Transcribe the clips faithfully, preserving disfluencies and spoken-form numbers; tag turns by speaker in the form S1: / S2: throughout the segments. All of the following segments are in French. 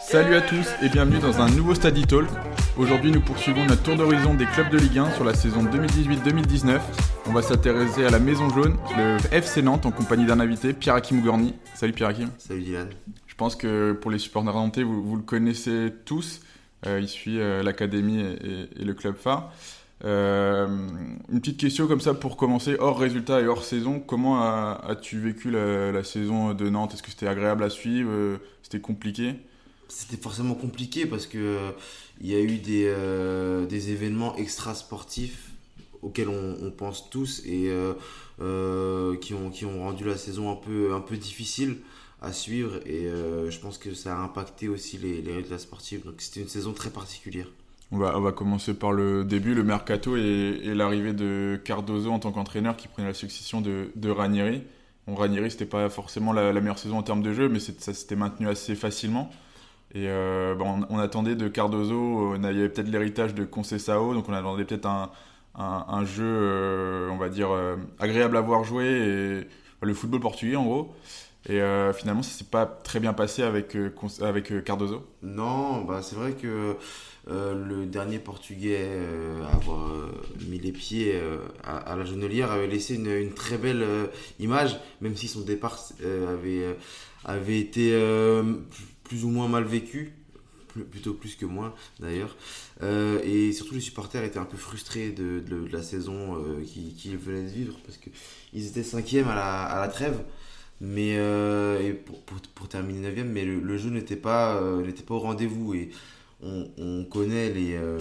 S1: Salut à tous et bienvenue dans un nouveau Study Talk. Aujourd'hui, nous poursuivons notre tour d'horizon des clubs de Ligue un sur la saison deux mille dix-huit deux mille dix-neuf. On va s'intéresser à la Maison Jaune, le F C Nantes, en compagnie d'un invité, Pierre-Hakim Gourni. Salut Pierre-Hakim.
S2: Salut Dylan.
S1: Je pense que pour les supporters nantais, vous, vous le connaissez tous. Euh, il suit euh, l'académie et, et, et le club phare. Euh, une petite question comme ça pour commencer, hors résultat et hors saison, comment as, as-tu vécu la, la saison de Nantes? Est-ce que c'était agréable à suivre? C'était compliqué?
S2: C'était forcément compliqué parce que euh, il y a eu des, euh, des événements extra-sportifs auxquels on, on pense tous et euh, euh, qui, ont, qui ont rendu la saison un peu, un peu difficile à suivre, et euh, je pense que ça a impacté aussi les, les résultats sportifs. Donc c'était une saison très particulière.
S1: On va, on va commencer par le début, le mercato et, et l'arrivée de Cardozo en tant qu'entraîneur qui prenait la succession de, de Ranieri. Bon, Ranieri, c'était pas forcément la, la meilleure saison en termes de jeu, mais c'est, ça s'était maintenu assez facilement. Et euh, bon, on, on attendait de Cardozo, on avait peut-être l'héritage de Conceição, donc on attendait peut-être un, un, un jeu, euh, on va dire, euh, agréable à voir jouer, et le football portugais en gros. Et euh, finalement, ça ne s'est pas très bien passé avec, euh, avec euh, Cardozo.
S2: Non, bah c'est vrai que euh, le dernier Portugais euh, à avoir euh, mis les pieds euh, à, à la Jaunelière avait laissé une, une très belle euh, image, même si son départ euh, avait, euh, avait été euh, plus ou moins mal vécu, plus, plutôt plus que moins d'ailleurs. Euh, et surtout, les supporters étaient un peu frustrés de, de, de la saison euh, qu'ils qui venaient de vivre, parce qu'ils étaient cinquième à la, à la trêve. Mais euh, et pour, pour, pour terminer neuvième, mais le, le jeu n'était pas, euh, n'était pas au rendez-vous, et on, on connaît les, euh,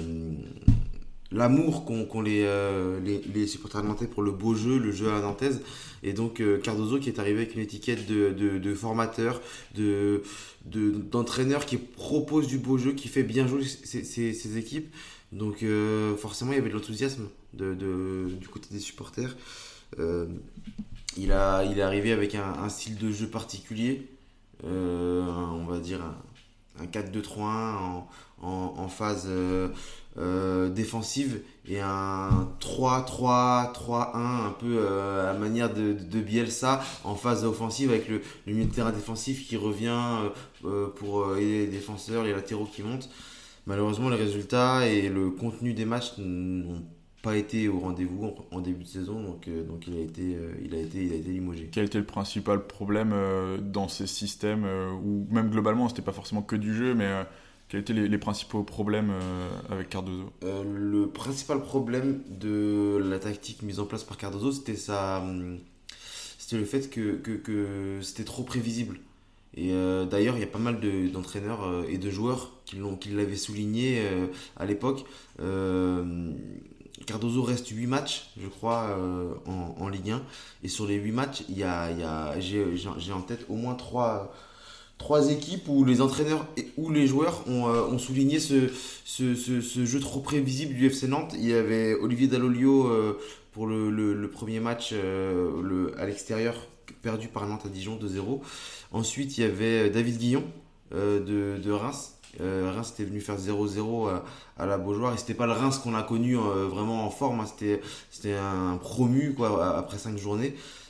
S2: l'amour qu'ont, qu'ont les, euh, les, les supporters nantais pour le beau jeu, le jeu à la nantaise. Et donc euh, Cardozo qui est arrivé avec une étiquette de, de, de formateur, de, de, d'entraîneur qui propose du beau jeu, qui fait bien jouer ses, ses, ses équipes. Donc euh, forcément il y avait de l'enthousiasme de, de, du côté des supporters. Euh, Il, a, il est arrivé avec un, un style de jeu particulier, euh, on va dire un, un quatre deux trois un en, en, en phase euh, euh, défensive, et un trois trois trois un un peu euh, à la manière de, de Bielsa en phase offensive, avec le, le milieu de terrain défensif qui revient euh, pour aider les défenseurs, les latéraux qui montent. Malheureusement, les résultats et le contenu des matchs n'ont pas été au rendez-vous en, en début de saison, donc, euh, donc il, a été, euh, il, a été, il a été limogé.
S1: Quel était le principal problème euh, dans ces systèmes, euh, ou même globalement, c'était pas forcément que du jeu, mais euh, quels étaient les, les principaux problèmes euh, avec Cardozo?
S2: euh, Le principal problème de la tactique mise en place par Cardozo, c'était, sa, c'était le fait que, que, que c'était trop prévisible. Et euh, d'ailleurs, il y a pas mal de, d'entraîneurs euh, et de joueurs qui, l'ont, qui l'avaient souligné euh, à l'époque. Euh, Cardozo reste huit matchs, je crois, euh, en, en Ligue un. Et sur les huit matchs, il y a, il y a, j'ai, j'ai en tête au moins trois équipes où les entraîneurs et où les joueurs ont, euh, ont souligné ce, ce, ce, ce jeu trop prévisible du F C Nantes. Il y avait Olivier Dall'Oglio euh, pour le, le, le premier match euh, le, à l'extérieur, perdu par Nantes à Dijon deux zéro. Ensuite, il y avait David Guillon euh, de, de Reims. Euh, Reims était venu faire zéro zéro à, à la Beaujoire, et c'était pas le Reims qu'on a connu euh, vraiment en forme, hein. c'était, c'était un promu quoi, après cinq journées.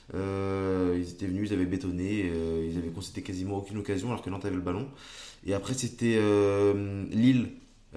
S2: Euh, ils étaient venus, ils avaient bétonné, euh, ils avaient concédé quasiment aucune occasion alors que Nantes avait le ballon. Et après c'était euh, Lille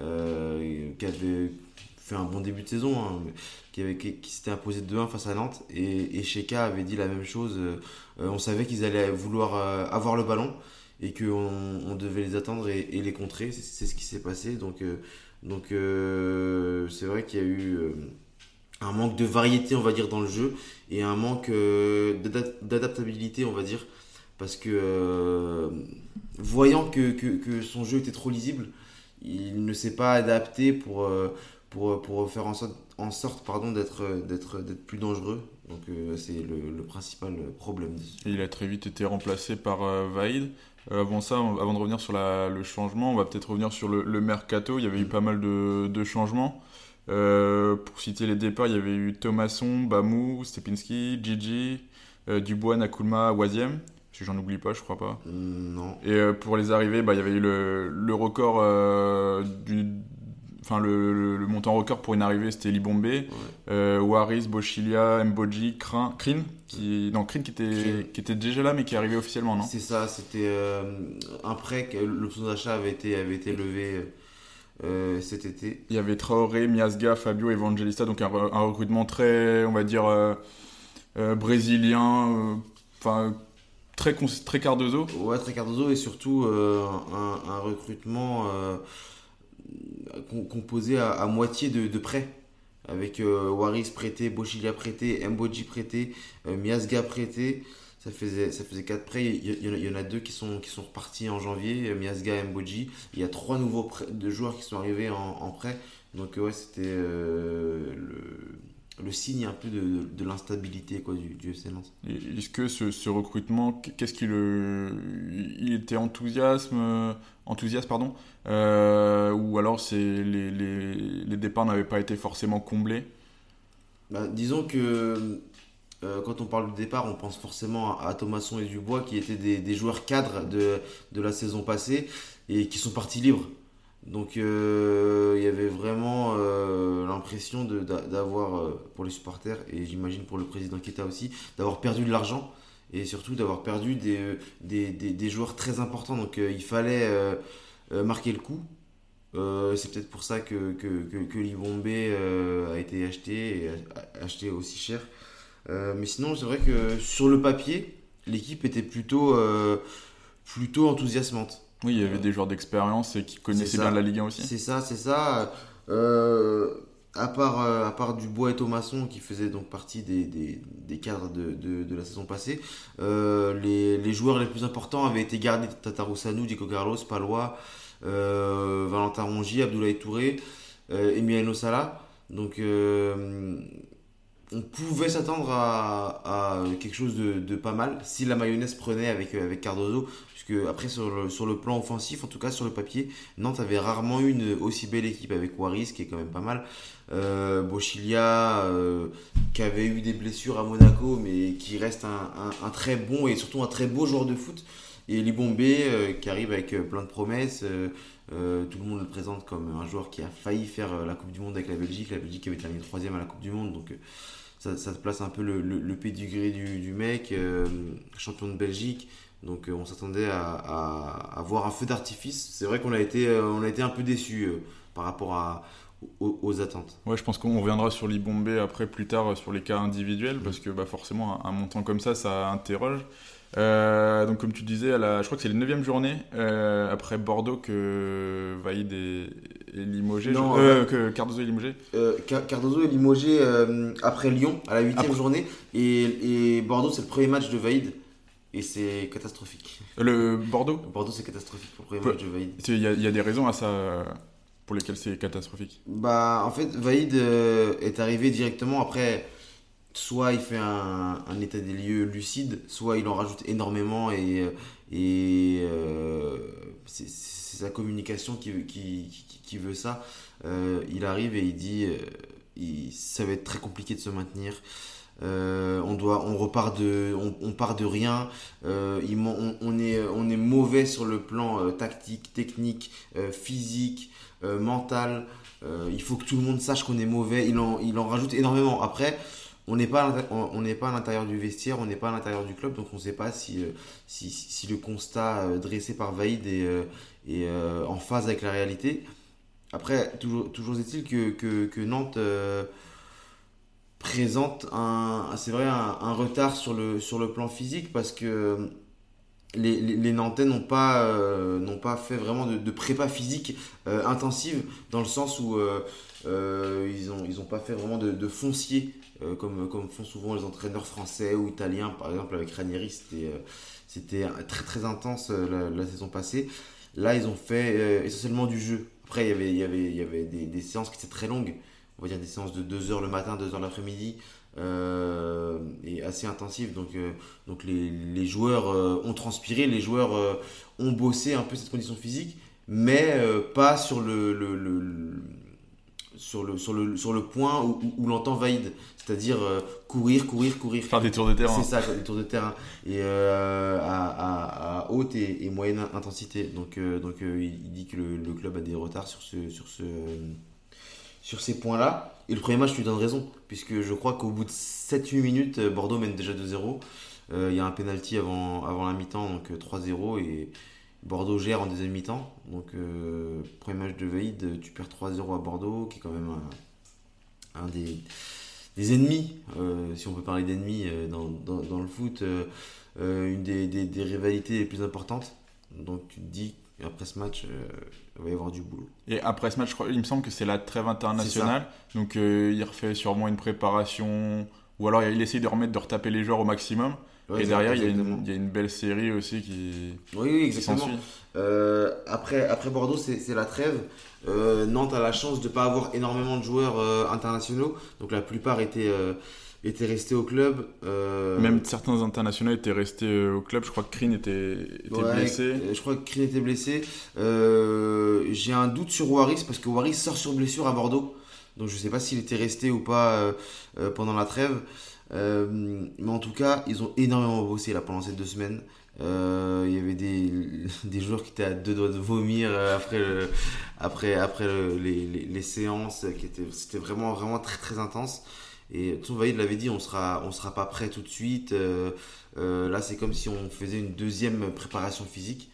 S2: euh, qui avait fait un bon début de saison, hein, qui, avait, qui, qui s'était imposé deux un face à Nantes, et, et Sheka avait dit la même chose. Euh, on savait qu'ils allaient vouloir euh, avoir le ballon, et qu'on on devait les attendre et, et les contrer. C'est, c'est ce qui s'est passé. Donc, euh, donc euh, c'est vrai qu'il y a eu euh, un manque de variété, on va dire, dans le jeu, et un manque euh, d'adaptabilité, on va dire, parce que euh, voyant que, que, que son jeu était trop lisible, il ne s'est pas adapté pour, euh, pour, pour faire en sorte, en sorte pardon, d'être, d'être, d'être plus dangereux. Donc euh, c'est le, le principal problème.
S1: Et il a très vite été remplacé par euh, Vaïd. Euh, avant ça, on, avant de revenir sur la, le changement, on va peut-être revenir sur le, le mercato. Il y avait eu pas mal de, de changements. Euh, pour citer les départs, il y avait eu Thomasson, Bamou, Stepinski, Gigi, euh, Dubois, Nakoulma, Waziem. Si j'en oublie pas, je crois pas.
S2: Non.
S1: Et euh, pour les arrivées, bah, il y avait eu le, le record euh, du, enfin le, le, le montant record pour une arrivée, c'était Libombe, ouais. euh, Waris, Bochilia, Mboji, Krin, Krin, qui, non, Krin qui était, Krin. qui était déjà là mais qui est arrivé officiellement, non?
S2: C'est ça, c'était euh, un prêt que l'option d'achat avait été, avait été levée euh, cet été.
S1: Il y avait Traoré, Miasga, Fabio, Evangelista, donc un, un recrutement très, on va dire, euh, euh, brésilien, enfin. Euh, Très, très Cardozo.
S2: Ouais, très Cardozo et surtout euh, un, un recrutement euh, composé à, à moitié de, de prêts. Avec euh, Waris prêté, Bochilia prêté, Mboji prêté, euh, Miasga prêté. Ça faisait, ça faisait quatre prêts. Il y, il, y en a, il y en a deux qui sont, qui sont repartis en janvier, Miasga et Mboji. Il y a trois nouveaux prêts, de joueurs qui sont arrivés en, en prêt. Donc ouais, c'était euh, le... le signe un peu de, de, de l'instabilité quoi, du, du F C Nantes.
S1: Est-ce que ce, ce recrutement, qu'est-ce qu'il le, il était enthousiasme, euh, enthousiaste pardon, euh, ou alors c'est les, les, les départs n'avaient pas été forcément comblés?
S2: Bah, disons que euh, quand on parle du départ, on pense forcément à, à Thomasson et Dubois qui étaient des, des joueurs cadres de, de la saison passée et qui sont partis libres. Donc euh, il y avait vraiment euh, l'impression de, d'avoir, euh, pour les supporters, et j'imagine pour le président Keita aussi, d'avoir perdu de l'argent et surtout d'avoir perdu des, des, des, des joueurs très importants. Donc euh, il fallait euh, euh, marquer le coup. Euh, c'est peut-être pour ça que, que, que, que Libombe euh, a été acheté, et a, acheté aussi cher. Euh, mais sinon, c'est vrai que sur le papier, l'équipe était plutôt, euh, plutôt enthousiasmante.
S1: Oui, il y avait des joueurs d'expérience et qui connaissaient bien la Ligue un aussi.
S2: C'est ça, c'est ça. Euh, à, part, euh, à part Dubois et Thomasson qui faisaient donc partie des, des, des cadres de, de, de la saison passée, euh, les, les joueurs les plus importants avaient été gardés. Tatarou Sanou, Diego Carlos, Palois, euh, Valentin Rongier, Abdoulaye Touré, euh, Emiliano Sala. Donc euh, on pouvait s'attendre à, à quelque chose de, de pas mal si la mayonnaise prenait avec, avec Cardozo. Puisque après sur le, sur le plan offensif, en tout cas sur le papier, Nantes avait rarement eu une aussi belle équipe avec Waris qui est quand même pas mal. Euh, Bochilia euh, qui avait eu des blessures à Monaco mais qui reste un, un, un très bon et surtout un très beau joueur de foot. Et Libombe euh, qui arrive avec euh, plein de promesses. Euh, euh, tout le monde le présente comme un joueur qui a failli faire euh, la Coupe du Monde avec la Belgique. La Belgique avait terminé troisième à la Coupe du Monde. Donc euh, ça, ça te place un peu le, le, le pédigré du, du mec. Euh, champion de Belgique. Donc euh, on s'attendait à, à, à voir un feu d'artifice. C'est vrai qu'on a été, euh, on a été un peu déçus euh, par rapport à, aux, aux attentes.
S1: Ouais, je pense qu'on reviendra sur Libombe après plus tard sur les cas individuels. Mmh. Parce que bah, forcément un, un montant comme ça, ça interroge. Euh, donc comme tu disais, à la, je crois que c'est la neuvième journée euh, après Bordeaux que Vaïd est, est limogé.
S2: Non,
S1: je, euh, que Cardozo est limogé.
S2: Euh, Cardozo est limogé euh, après Lyon à la huitième journée et, et Bordeaux c'est le premier match de Vaïd et c'est catastrophique.
S1: Le Bordeaux
S2: Bordeaux c'est catastrophique pour le premier
S1: Peu,
S2: match de Vaïd.
S1: Il y, y a des raisons à ça pour lesquelles c'est catastrophique.
S2: Bah en fait Vaïd euh, est arrivé directement après. Soit il fait un, un état des lieux lucide, soit il en rajoute énormément et, et euh, c'est, c'est sa communication qui, qui, qui, qui veut ça. Euh, il arrive et il dit euh, il, ça va être très compliqué de se maintenir. Euh, on, doit, on repart de, on, on part de rien. Euh, il, on, on, est, on est mauvais sur le plan euh, tactique, technique, euh, physique, euh, mental. Euh, il faut que tout le monde sache qu'on est mauvais. Il en, il en rajoute énormément. Après, on n'est pas, on n'est pas à l'intérieur du vestiaire, on n'est pas à l'intérieur du club, donc on ne sait pas si, si, si le constat dressé par Vaïd est, est en phase avec la réalité. Après, toujours, toujours est-il que, que, que Nantes euh, présente un, c'est vrai, un, un retard sur le, sur le plan physique parce que les, les, les Nantais n'ont pas, euh, n'ont pas fait vraiment de, de prépa physique euh, intensive dans le sens où euh, euh, ils n'ont ils ont pas fait vraiment de, de foncier. Euh, comme, comme font souvent les entraîneurs français ou italiens, par exemple avec Ranieri, c'était, euh, c'était très très intense euh, la, la saison passée. Là, ils ont fait euh, essentiellement du jeu. Après, il y avait, il y avait, il y avait des, des séances qui étaient très longues, on va dire des séances de deux heures le matin, deux heures l'après-midi, euh, et assez intensives. Donc, euh, donc les, les joueurs euh, ont transpiré, les joueurs euh, ont bossé un peu cette condition physique, mais euh, pas sur le, le, le, le Sur le, sur, le, sur le point où, où, où l'entend Vaïd, c'est-à-dire euh, courir, courir, courir.
S1: Faire des tours de terrain.
S2: C'est ça, des tours de terrain. Et euh, à, à, à haute et, et moyenne intensité. Donc, euh, donc euh, il dit que le, le club a des retards sur ce, sur ce, sur ces points-là. Et le premier match lui donne raison, puisque je crois qu'au bout de sept huit minutes, Bordeaux mène déjà deux zéro. Il euh, y a un penalty avant, avant la mi-temps, donc euh, trois zéro, et Bordeaux gère en deuxième mi-temps. Donc, euh, premier match de Vaïd, tu perds trois zéro à Bordeaux, qui est quand même un, un des, des ennemis, euh, si on peut parler d'ennemis euh, dans, dans, dans le foot, euh, euh, une des, des, des rivalités les plus importantes. Donc, tu te dis, après ce match, euh, il va y avoir du boulot.
S1: Et après ce match, je crois, il me semble que c'est la trêve internationale. Donc euh, il refait sûrement une préparation, ou alors il essaye de remettre, de retaper les joueurs au maximum. Ouais, et derrière, il y, a une, il y a une belle série aussi qui,
S2: oui, oui, exactement. qui s'ensuit. Euh, après, après Bordeaux, c'est, c'est la trêve. Euh, Nantes a la chance de ne pas avoir énormément de joueurs euh, internationaux. Donc la plupart étaient, euh, étaient restés au club. Euh...
S1: Même certains internationaux étaient restés euh, au club. Je crois que Krine était, était
S2: ouais,
S1: blessé.
S2: Je crois que Krine était blessé. Euh, j'ai un doute sur Waris parce que Waris sort sur blessure à Bordeaux. Donc je ne sais pas s'il était resté ou pas euh, euh, pendant la trêve. Euh, mais en tout cas, ils ont énormément bossé là pendant ces deux semaines. Euh, il y avait des, des joueurs qui étaient à deux doigts de vomir après, le, après, après le, les, les, les séances. Qui étaient, c'était vraiment, vraiment très très intense. Et tout Vaïd l'avait dit, on sera, on sera pas prêt tout de suite. Euh, euh, là, c'est comme si on faisait une deuxième préparation physique.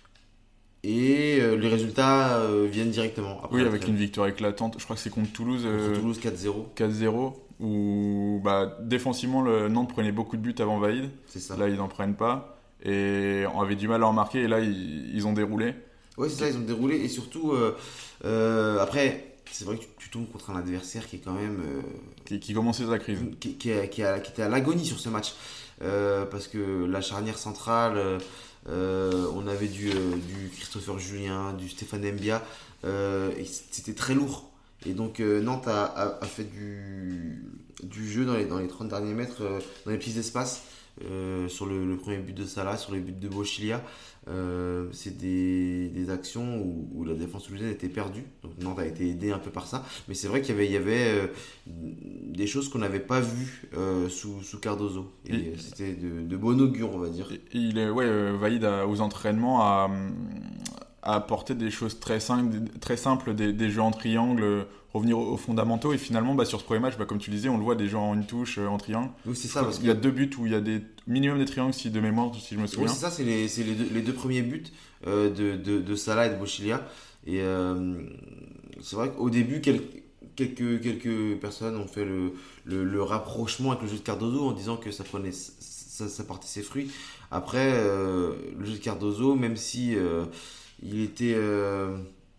S2: Et euh, les résultats euh, viennent directement.
S1: Après oui, avec une victoire éclatante. Je crois que c'est contre Toulouse. Euh,
S2: contre Toulouse quatre zéro.
S1: quatre zéro. Où bah, défensivement, le Nantes prenait beaucoup de buts avant Vaïd.
S2: C'est ça.
S1: Là, ils n'en prennent pas. Et on avait du mal à en marquer. Et là, ils, ils ont déroulé.
S2: Oui, c'est ça, ils ont déroulé. Et surtout, euh, euh, après, c'est vrai que tu, tu tombes contre un adversaire qui est quand même. Euh,
S1: qui, qui commençait sa crise.
S2: Qui, qui, qui, qui, a, qui était à l'agonie sur ce match. Euh, parce que la charnière centrale. Euh, Euh, on avait du, euh, du Christopher Julien, du Stéphane Mbia, euh, et c'était très lourd. Et donc euh, Nantes a, a, a fait du, du jeu dans les, dans les trente derniers mètres, euh, dans les petits espaces, euh, sur le, le premier but de Salah, sur les buts de Bochilia. Euh, c'est des, des actions où, où la défense toulousaine était perdue. Donc Nantes a été aidé un peu par ça. Mais c'est vrai qu'il y avait, il y avait euh, des choses qu'on n'avait pas vues euh, sous, sous Cardozo. Et, et c'était de, de bon augure, on va dire.
S1: Et, il est, ouais, euh, Vaïd a, aux entraînements a, a apporté des choses très simples, très simples des, des jeux en triangle, revenir aux, aux fondamentaux. Et finalement, bah, sur ce premier match, bah, comme tu disais, on le voit, des jeux en une touche, euh, en triangle.
S2: Oui, c'est ça. Parce
S1: il y a deux buts où il y a des minimum des triangles, si de mémoire, si je me souviens.
S2: Oui, c'est ça, c'est les, c'est les, deux, les deux premiers buts euh, de, de, de Salah et de Bochilia. Et euh, c'est vrai qu'au début, quelques, quelques, quelques personnes ont fait le, le, le rapprochement avec le jeu de Cardozo en disant que ça, prenait, ça, ça portait ses fruits. Après, euh, le jeu de Cardozo, même si euh, il était... Euh,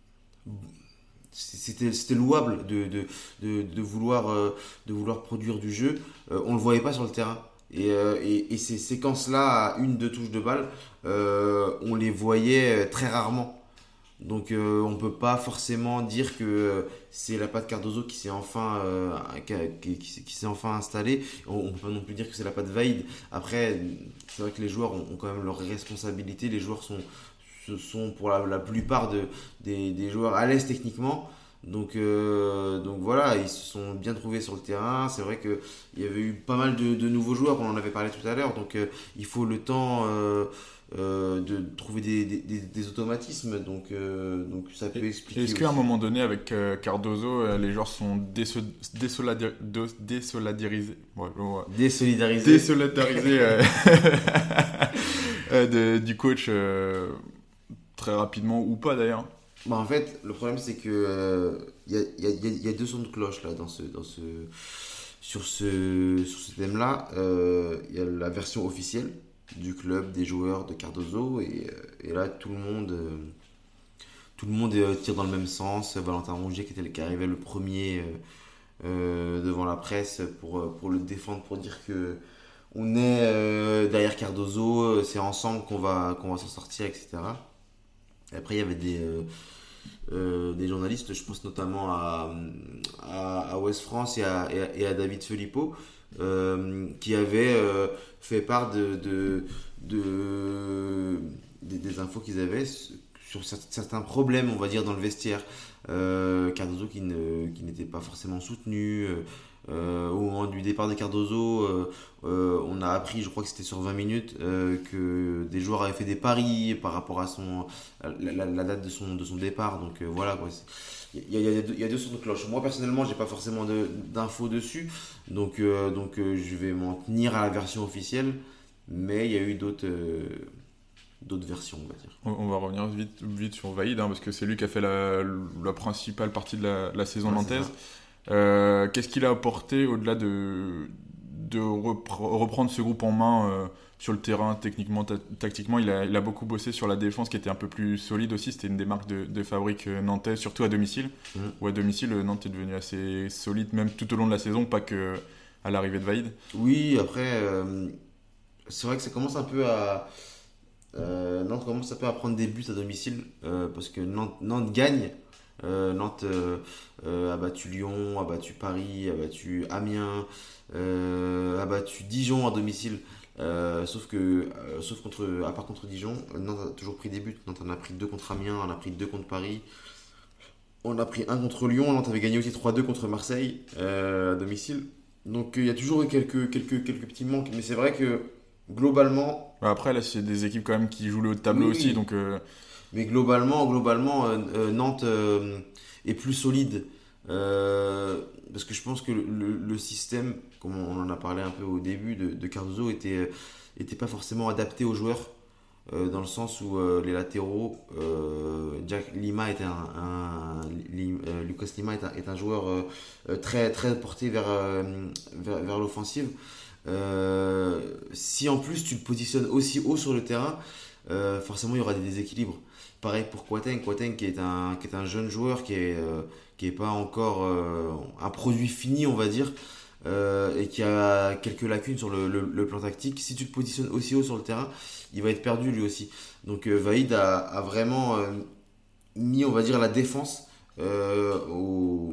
S2: C'était, c'était louable de, de, de, de, vouloir, euh, de vouloir produire du jeu. Euh, on ne le voyait pas sur le terrain. Et, euh, et, et ces séquences-là, à une, deux touches de balle, euh, on les voyait très rarement. Donc euh, on ne peut pas forcément dire que c'est la patte Cardozo qui s'est enfin, euh, qui, qui, qui s'est enfin installée. On ne peut pas non plus dire que c'est la patte Vaïd. Après, c'est vrai que les joueurs ont, ont quand même leurs responsabilités. Les joueurs sont... ce sont pour la, la plupart de, des, des joueurs à l'aise techniquement. Donc, euh, donc voilà, ils se sont bien trouvés sur le terrain. C'est vrai qu'il y avait eu pas mal de, de nouveaux joueurs, on en avait parlé tout à l'heure. Donc euh, il faut le temps euh, euh, de trouver des, des, des, des automatismes. Donc, euh, donc ça peut expliquer.
S1: Est-ce qu'à un moment donné, avec euh, Cardozo, euh, les joueurs sont désolidarisés Désolidarisés ouais, ouais.
S2: Désolidarisés
S1: Désolidarisés euh, euh, de, du coach euh, très rapidement ou pas d'ailleurs?
S2: Bah en fait, le problème c'est que euh, y, a, y, a, y a deux sons de cloche là dans ce, dans ce, sur ce, sur ce thème-là. Il euh, y a la version officielle du club, des joueurs, de Cardozo, et, et là tout le monde, euh, tout le monde tire dans le même sens. Valentin Rongier qui était qui arrivait le premier euh, euh, devant la presse pour, pour le défendre, pour dire que on est euh, derrière Cardozo, c'est ensemble qu'on va, qu'on va s'en sortir, et cetera. Et après il y avait des euh, Euh, des journalistes, je pense notamment à, à, à Ouest France et à, et à, et à David Filippo, euh, qui avaient euh, fait part de, de, de, de, des infos qu'ils avaient sur certains problèmes, on va dire, dans le vestiaire. Euh, Cardozo qui, ne, qui n'était pas forcément soutenu, Euh, au moment du départ de Cardozo, euh, euh, on a appris, je crois que c'était sur vingt minutes, euh, que des joueurs avaient fait des paris par rapport à son, la, la- la date de son, de son départ. Donc euh, voilà quoi. Il y a, il y a deux- il y a deux sons de cloche. Moi personnellement, j'ai pas forcément de- d'infos dessus, donc, euh, donc euh, je vais m'en tenir à la version officielle. Mais il y a eu d'autres euh, d'autres versions, on va dire.
S1: On, on va revenir vite, vite sur Vaïd, hein, parce que c'est lui qui a fait la, la principale partie de la, la saison
S2: Ouais, c'est
S1: nantaise.
S2: ça.
S1: Euh, qu'est-ce qu'il a apporté au-delà de, de repre- reprendre ce groupe en main euh, sur le terrain, techniquement, ta- tactiquement? Il a, il a beaucoup bossé sur la défense qui était un peu plus solide aussi. C'était une des marques de, de fabrique euh, nantaise, surtout à domicile.
S2: Mhm.
S1: Où à domicile, euh, Nantes est devenu assez solide, même tout au long de la saison, pas que à l'arrivée de Vaïd.
S2: Oui, après, euh, c'est vrai que ça commence un peu à. Euh, Nantes commence un peu à prendre des buts à domicile euh, parce que Nantes, Nantes gagne. Euh, Nantes euh, euh, a battu Lyon, a battu Paris, a battu Amiens, euh, a battu Dijon à domicile. Euh, sauf que, euh, sauf contre, à part contre Dijon, Nantes a toujours pris des buts. Nantes en a pris deux contre Amiens, on a pris deux contre Paris, on a pris un contre Lyon. Nantes avait gagné aussi trois deux contre Marseille euh, à domicile. Donc euh, il y a toujours eu quelques, quelques, quelques petits manques. Mais c'est vrai que globalement,
S1: Après, là, c'est des équipes quand même qui jouent le haut de tableau
S2: oui,
S1: aussi,
S2: oui.
S1: donc euh,
S2: Mais globalement, globalement euh, euh, Nantes euh, est plus solide. Euh, parce que je pense que le, le- le système, comme on en a parlé un peu au début de, de Cardozo, était, était pas forcément adapté aux joueurs. Euh, dans le sens où euh, les latéraux, euh, Jack Lima était un, un- Lim- euh, Lucas Lima est un, est un joueur euh, euh, très, très porté vers, euh, vers, vers l'offensive. Euh, si en plus tu le positionnes aussi haut sur le terrain, euh, forcément il y aura des déséquilibres. Pareil pour Kouaten, Kouaten qui est un, qui est un jeune joueur qui est, euh, qui est pas encore euh, un produit fini, on va dire, euh, et qui a quelques lacunes sur le, le, le plan tactique. Si tu le positionnes aussi haut sur le terrain, il va être perdu lui aussi. Donc euh, Vaïd a, a vraiment euh, mis, on va dire, la défense euh, au,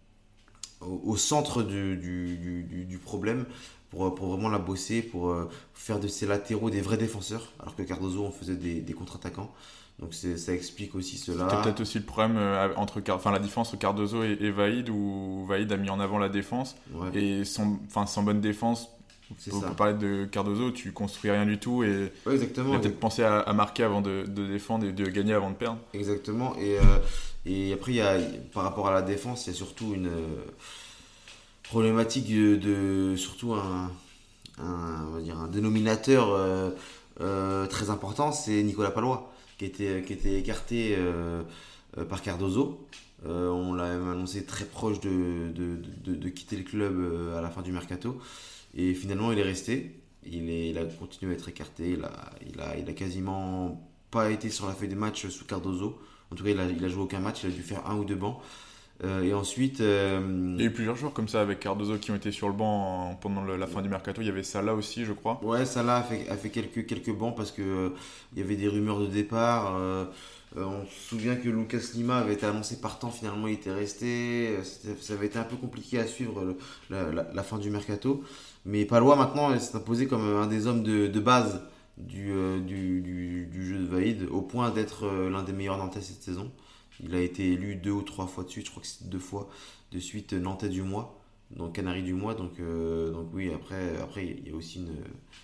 S2: au, au centre du, du, du, du- du problème pour, pour vraiment la bosser, pour euh, faire de ses latéraux des vrais défenseurs, alors que Cardozo on faisait des, des contre-attaquants. Donc c'est- ça explique aussi
S1: c'était
S2: cela.
S1: peut-être aussi le problème euh, entre, Car- enfin, la différence entre Cardozo et, et Vaïd, où Vaïd a mis en avant la défense,
S2: Ouais,
S1: et sans, enfin, sans bonne défense,
S2: c'est
S1: on peut
S2: ça.
S1: parler de Cardozo, tu construis rien du tout, et
S2: Ouais,
S1: il
S2: exactement.
S1: a peut-être pensé à, à marquer avant de, de défendre et de gagner avant de perdre.
S2: Exactement. Et, euh, et après, il y a, par rapport à la défense, il y a surtout une euh, problématique de, de- surtout un, un, on va dire un dénominateur euh, euh, très important, c'est Nicolas Palois, qui était, qui était écarté euh, euh, par Cardozo. Euh, on l'a même annoncé très proche de, de, de- de quitter le club euh, à la fin du mercato. Et finalement, il est resté. Il, est, il a continué à être écarté. Il a, il a, il a quasiment pas été sur la feuille des matchs sous Cardozo. En tout cas, il a, il a joué aucun match. Il a dû faire un ou deux bancs. Euh, et ensuite, euh,
S1: Il y a eu plusieurs joueurs comme ça avec Cardozo qui ont été sur le banc en- pendant le- la fin du mercato. Il y avait Salah aussi, je crois.
S2: ouais, Salah a fait, a fait quelques, quelques bancs parce que euh, il y avait des rumeurs de départ. Euh, euh, on se souvient que Lucas Lima avait été annoncé partant, finalement il était resté. Euh, c'était- Ça avait été un peu compliqué à suivre le- la, la- la fin du mercato. Mais Palois maintenant il s'est imposé comme un des hommes de, de base du, euh, du, du- du jeu de Vaïd, au point d'être euh, l'un des meilleurs Nantais cette saison. Il a été élu deux ou trois fois de suite, je crois que c'est deux fois de suite Nantais du mois, donc Canari du mois. Donc, euh, donc oui, après, après il y a aussi une,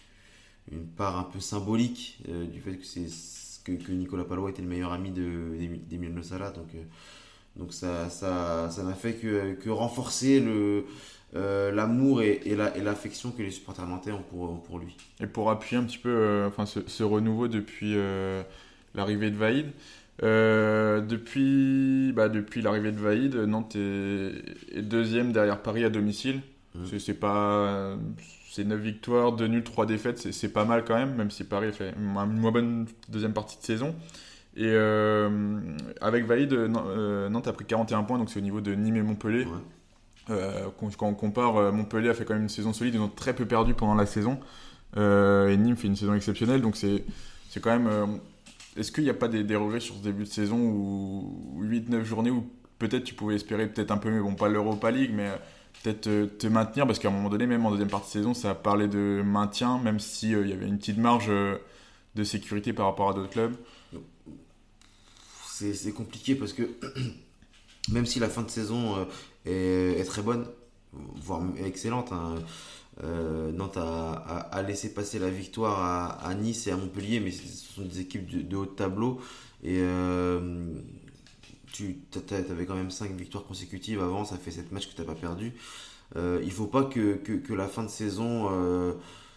S2: une part un peu symbolique euh, du fait que, c'est, que, que Nicolas Palois était le meilleur ami de, d'Emile Salah. Donc, euh, donc ça, ça, ça n'a fait que, que renforcer le, euh, l'amour et, et, la, et l'affection que les supporters nantais ont pour, ont pour lui.
S1: Et pour appuyer un petit peu euh, enfin, ce, ce renouveau depuis euh, l'arrivée de Vaïd, euh, depuis, bah, depuis l'arrivée de Vaïd, Nantes est, est deuxième derrière Paris à domicile.
S2: Mmh.
S1: C'est, c'est pas, c'est neuf victoires, deux nuls, trois défaites, c'est, c'est pas mal quand même, même si Paris a fait une moins bonne deuxième partie de saison. Et euh, avec Vaïd, euh, Nantes a pris quarante et un points, donc c'est au niveau de Nîmes et Montpellier.
S2: Ouais.
S1: Euh, quand, quand on compare, euh, Montpellier a fait quand même une saison solide, ils ont très peu perdu pendant la saison. Euh, et Nîmes fait une saison exceptionnelle, donc c'est, c'est quand même. Euh, est-ce qu'il n'y a pas des, des regrets sur ce début de saison où huit neuf journées où peut-être tu pouvais espérer peut-être un peu mieux, bon pas l'Europa League, mais euh, peut-être euh, te maintenir, parce qu'à un moment donné, même en deuxième partie de saison, ça a parlé de maintien, même s'il euh, y avait une petite marge euh, de sécurité par rapport à d'autres clubs.
S2: C'est, c'est compliqué parce que même si la fin de saison euh, est, est très bonne, voire excellente. Hein. Euh, Nantes a, a, a laissé passer la victoire à, à Nice et à Montpellier, mais ce sont des équipes de, de haut de tableau. Et euh, tu avais quand même cinq victoires consécutives avant, ça fait sept matchs que tu n'as pas perdu. Euh, il ne faut pas que, que, que la fin de saison euh,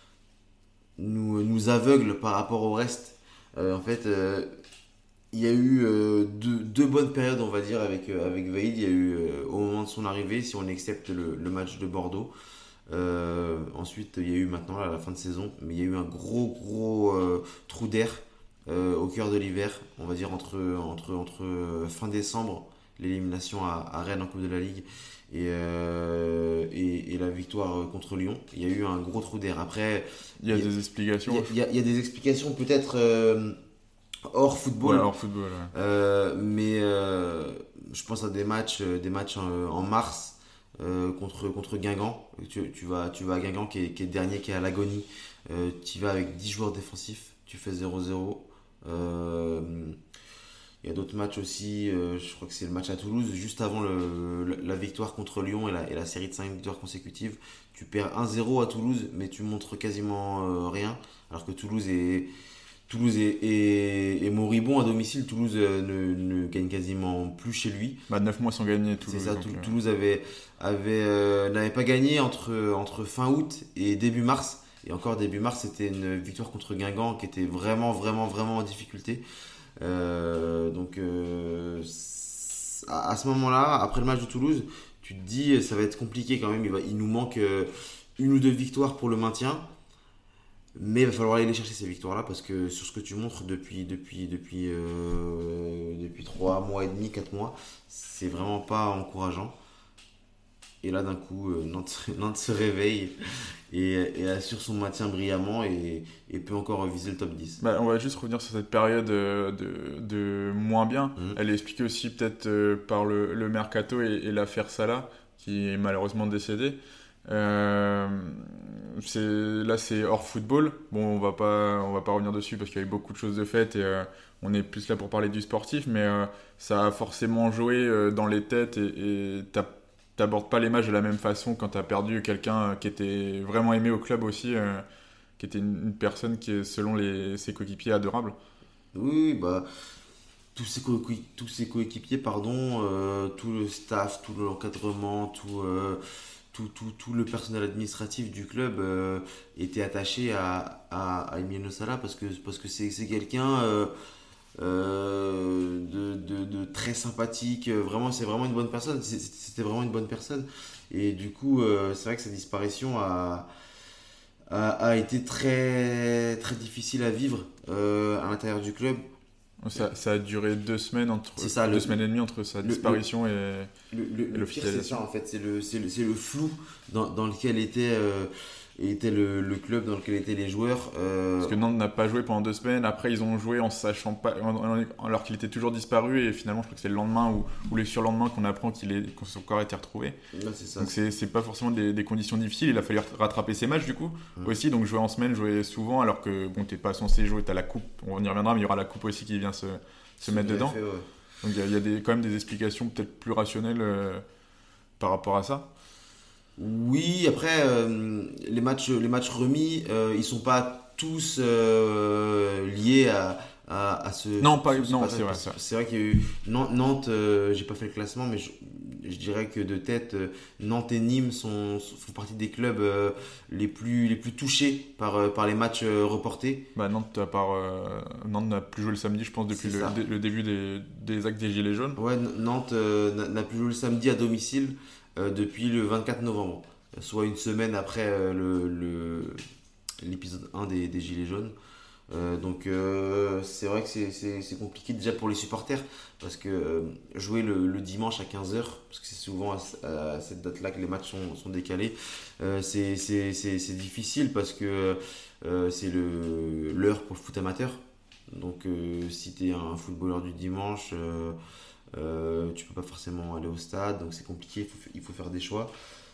S2: nous, nous aveugle par rapport au reste. Euh, en fait, euh, il y a eu euh, deux, deux bonnes périodes, on va dire, avec, euh, avec Vaïd. Il y a eu euh, au moment de son arrivée, si on accepte le, le match de Bordeaux. Euh, ensuite, il y a eu maintenant à la fin de saison, mais il y a eu un gros, gros euh, trou d'air euh, au cœur de l'hiver, on va dire entre, entre, entre fin décembre, l'élimination à, à Rennes en Coupe de la Ligue, et, euh, et, et la victoire contre Lyon. Il y a eu un gros trou d'air. Après,
S1: il y a
S2: il y a,
S1: des explications.
S2: Il y a, il y a des explications peut-être euh, hors football.
S1: Ouais, hors football. Ouais.
S2: Euh, mais euh, je pense à des matchs, des matchs en, en mars. Euh, contre, contre Guingamp, tu, tu, vas, tu vas à Guingamp qui est, qui est dernier, qui est à l'agonie, euh, tu y vas avec dix joueurs défensifs, tu fais zéro zéro. Euh, il y a d'autres matchs aussi, euh, je crois que c'est le match à Toulouse, juste avant le, la victoire contre Lyon et la, et la série de cinq victoires consécutives, tu perds un zéro à Toulouse, mais tu montres quasiment euh, rien, alors que Toulouse est... Toulouse est, est, est moribond à domicile. Toulouse euh, ne, ne gagne quasiment plus chez lui.
S1: Bah, neuf mois sans gagner, Toulouse.
S2: C'est ça,
S1: donc,
S2: Tou-
S1: euh...
S2: Toulouse avait, avait, euh, n'avait pas gagné entre, entre fin août et début mars. Et encore début mars, c'était une victoire contre Guingamp qui était vraiment, vraiment, vraiment en difficulté. Euh, donc euh, à, à ce moment-là, après le match de Toulouse, tu te dis ça va être compliqué quand même. Il, va, il nous manque euh, une ou deux victoires pour le maintien. Mais il va falloir aller les chercher ces victoires-là parce que sur ce que tu montres depuis, depuis, depuis, euh, depuis trois mois et demi, quatre mois, c'est vraiment pas encourageant. Et là, d'un coup, euh, Nantes, Nantes se réveille et, et assure son maintien brillamment et, et peut encore viser le top dix.
S1: Bah, on va juste revenir sur cette période euh, de, de moins bien.
S2: Mmh.
S1: Elle est expliquée aussi peut-être euh, par le, le mercato et, et l'affaire Salah qui est malheureusement décédé. Euh, c'est, là c'est hors football. Bon, on va pas, on va pas revenir dessus parce qu'il y a eu beaucoup de choses de faites et euh, on est plus là pour parler du sportif, mais euh, ça a forcément joué euh, dans les têtes et, et t'as, t'abordes pas les matchs de la même façon quand t'as perdu quelqu'un qui était vraiment aimé au club aussi, euh, qui était une, une personne qui est selon les, ses coéquipiers adorable.
S2: Oui, bah tous ses, co- tous ses coéquipiers, pardon, euh, tout le staff, tout l'encadrement, tout. Euh, Tout, tout, tout le personnel administratif du club euh, était attaché à, à, à Emiliano Sala parce que, parce que c'est, c'est quelqu'un euh, euh, de, de, de très sympathique. Vraiment, c'est vraiment une bonne personne. C'est- C'était vraiment une bonne personne. Et du coup, euh, c'est vrai que sa disparition a, a, a été très, très difficile à vivre euh, à l'intérieur du club.
S1: Ça, ça a duré deux semaines, entre,
S2: C'est ça,
S1: deux
S2: le-
S1: semaines et demie entre sa
S2: le-
S1: disparition et...
S2: Le, le, le pire, c'est
S1: l'officialisation.
S2: ça en fait, c'est le, c'est le, c'est le flou dans, dans lequel était, euh, était le, le club, dans lequel étaient les joueurs. euh,
S1: Parce que Nantes n'a pas joué pendant deux semaines. Après, ils ont joué en sachant pas, en- en- alors qu'il était toujours disparu. Et finalement, je crois que c'est le lendemain ou, ou le surlendemain qu'on apprend qu'il est, que son corps a été retrouvé.
S2: là, c'est ça.
S1: Donc c'est, c'est pas forcément des, des conditions difficiles. Il a fallu rattraper ses matchs du coup
S2: Mm.
S1: aussi. Donc jouer en semaine, jouer souvent, alors que bon, t'es pas censé jouer. T'as la coupe. On y reviendra, mais il y aura la coupe aussi qui vient se, se mettre
S2: Tout à
S1: dedans.
S2: fait, ouais.
S1: Donc il y a, il y a des, quand même des explications peut-être plus rationnelles euh, par rapport à ça.
S2: Oui, après, euh, les, matchs, les matchs remis, euh, ils sont pas tous euh, liés à, à, à ce.
S1: Non, pas-
S2: ce
S1: non,
S2: passage.
S1: c'est vrai,
S2: Parce
S1: ça.
S2: que C'est vrai qu'il y a eu Nantes, Nantes, euh, j'ai pas fait le classement, mais je, je dirais que de tête, euh, Nantes et Nîmes sont, font partie des clubs euh, les, plus, les plus touchés par, euh, par les matchs euh, reportés.
S1: Bah, Nantes, à part, euh, Nantes n'a plus joué le samedi, je pense, depuis
S2: C'est
S1: le,
S2: ça.
S1: dé- le début des, des actes des Gilets jaunes.
S2: Ouais, N- Nantes euh, n'a n'a plus joué le samedi à domicile euh, depuis le vingt-quatre novembre, soit une semaine après euh, le, le- l'épisode un des, des Gilets jaunes. Euh, donc euh, c'est vrai que c'est, c'est, c'est compliqué déjà pour les supporters parce que euh, jouer le, le dimanche à quinze heures, parce que c'est souvent à, ce- à cette date-là que les matchs sont, sont décalés, euh, c'est, c'est, c'est, c'est difficile parce que euh, c'est le, l'heure pour le foot amateur. Donc euh, si tu es un footballeur du dimanche, euh, euh, tu peux pas forcément aller au stade, donc c'est compliqué, il faut, il faut faire des choix.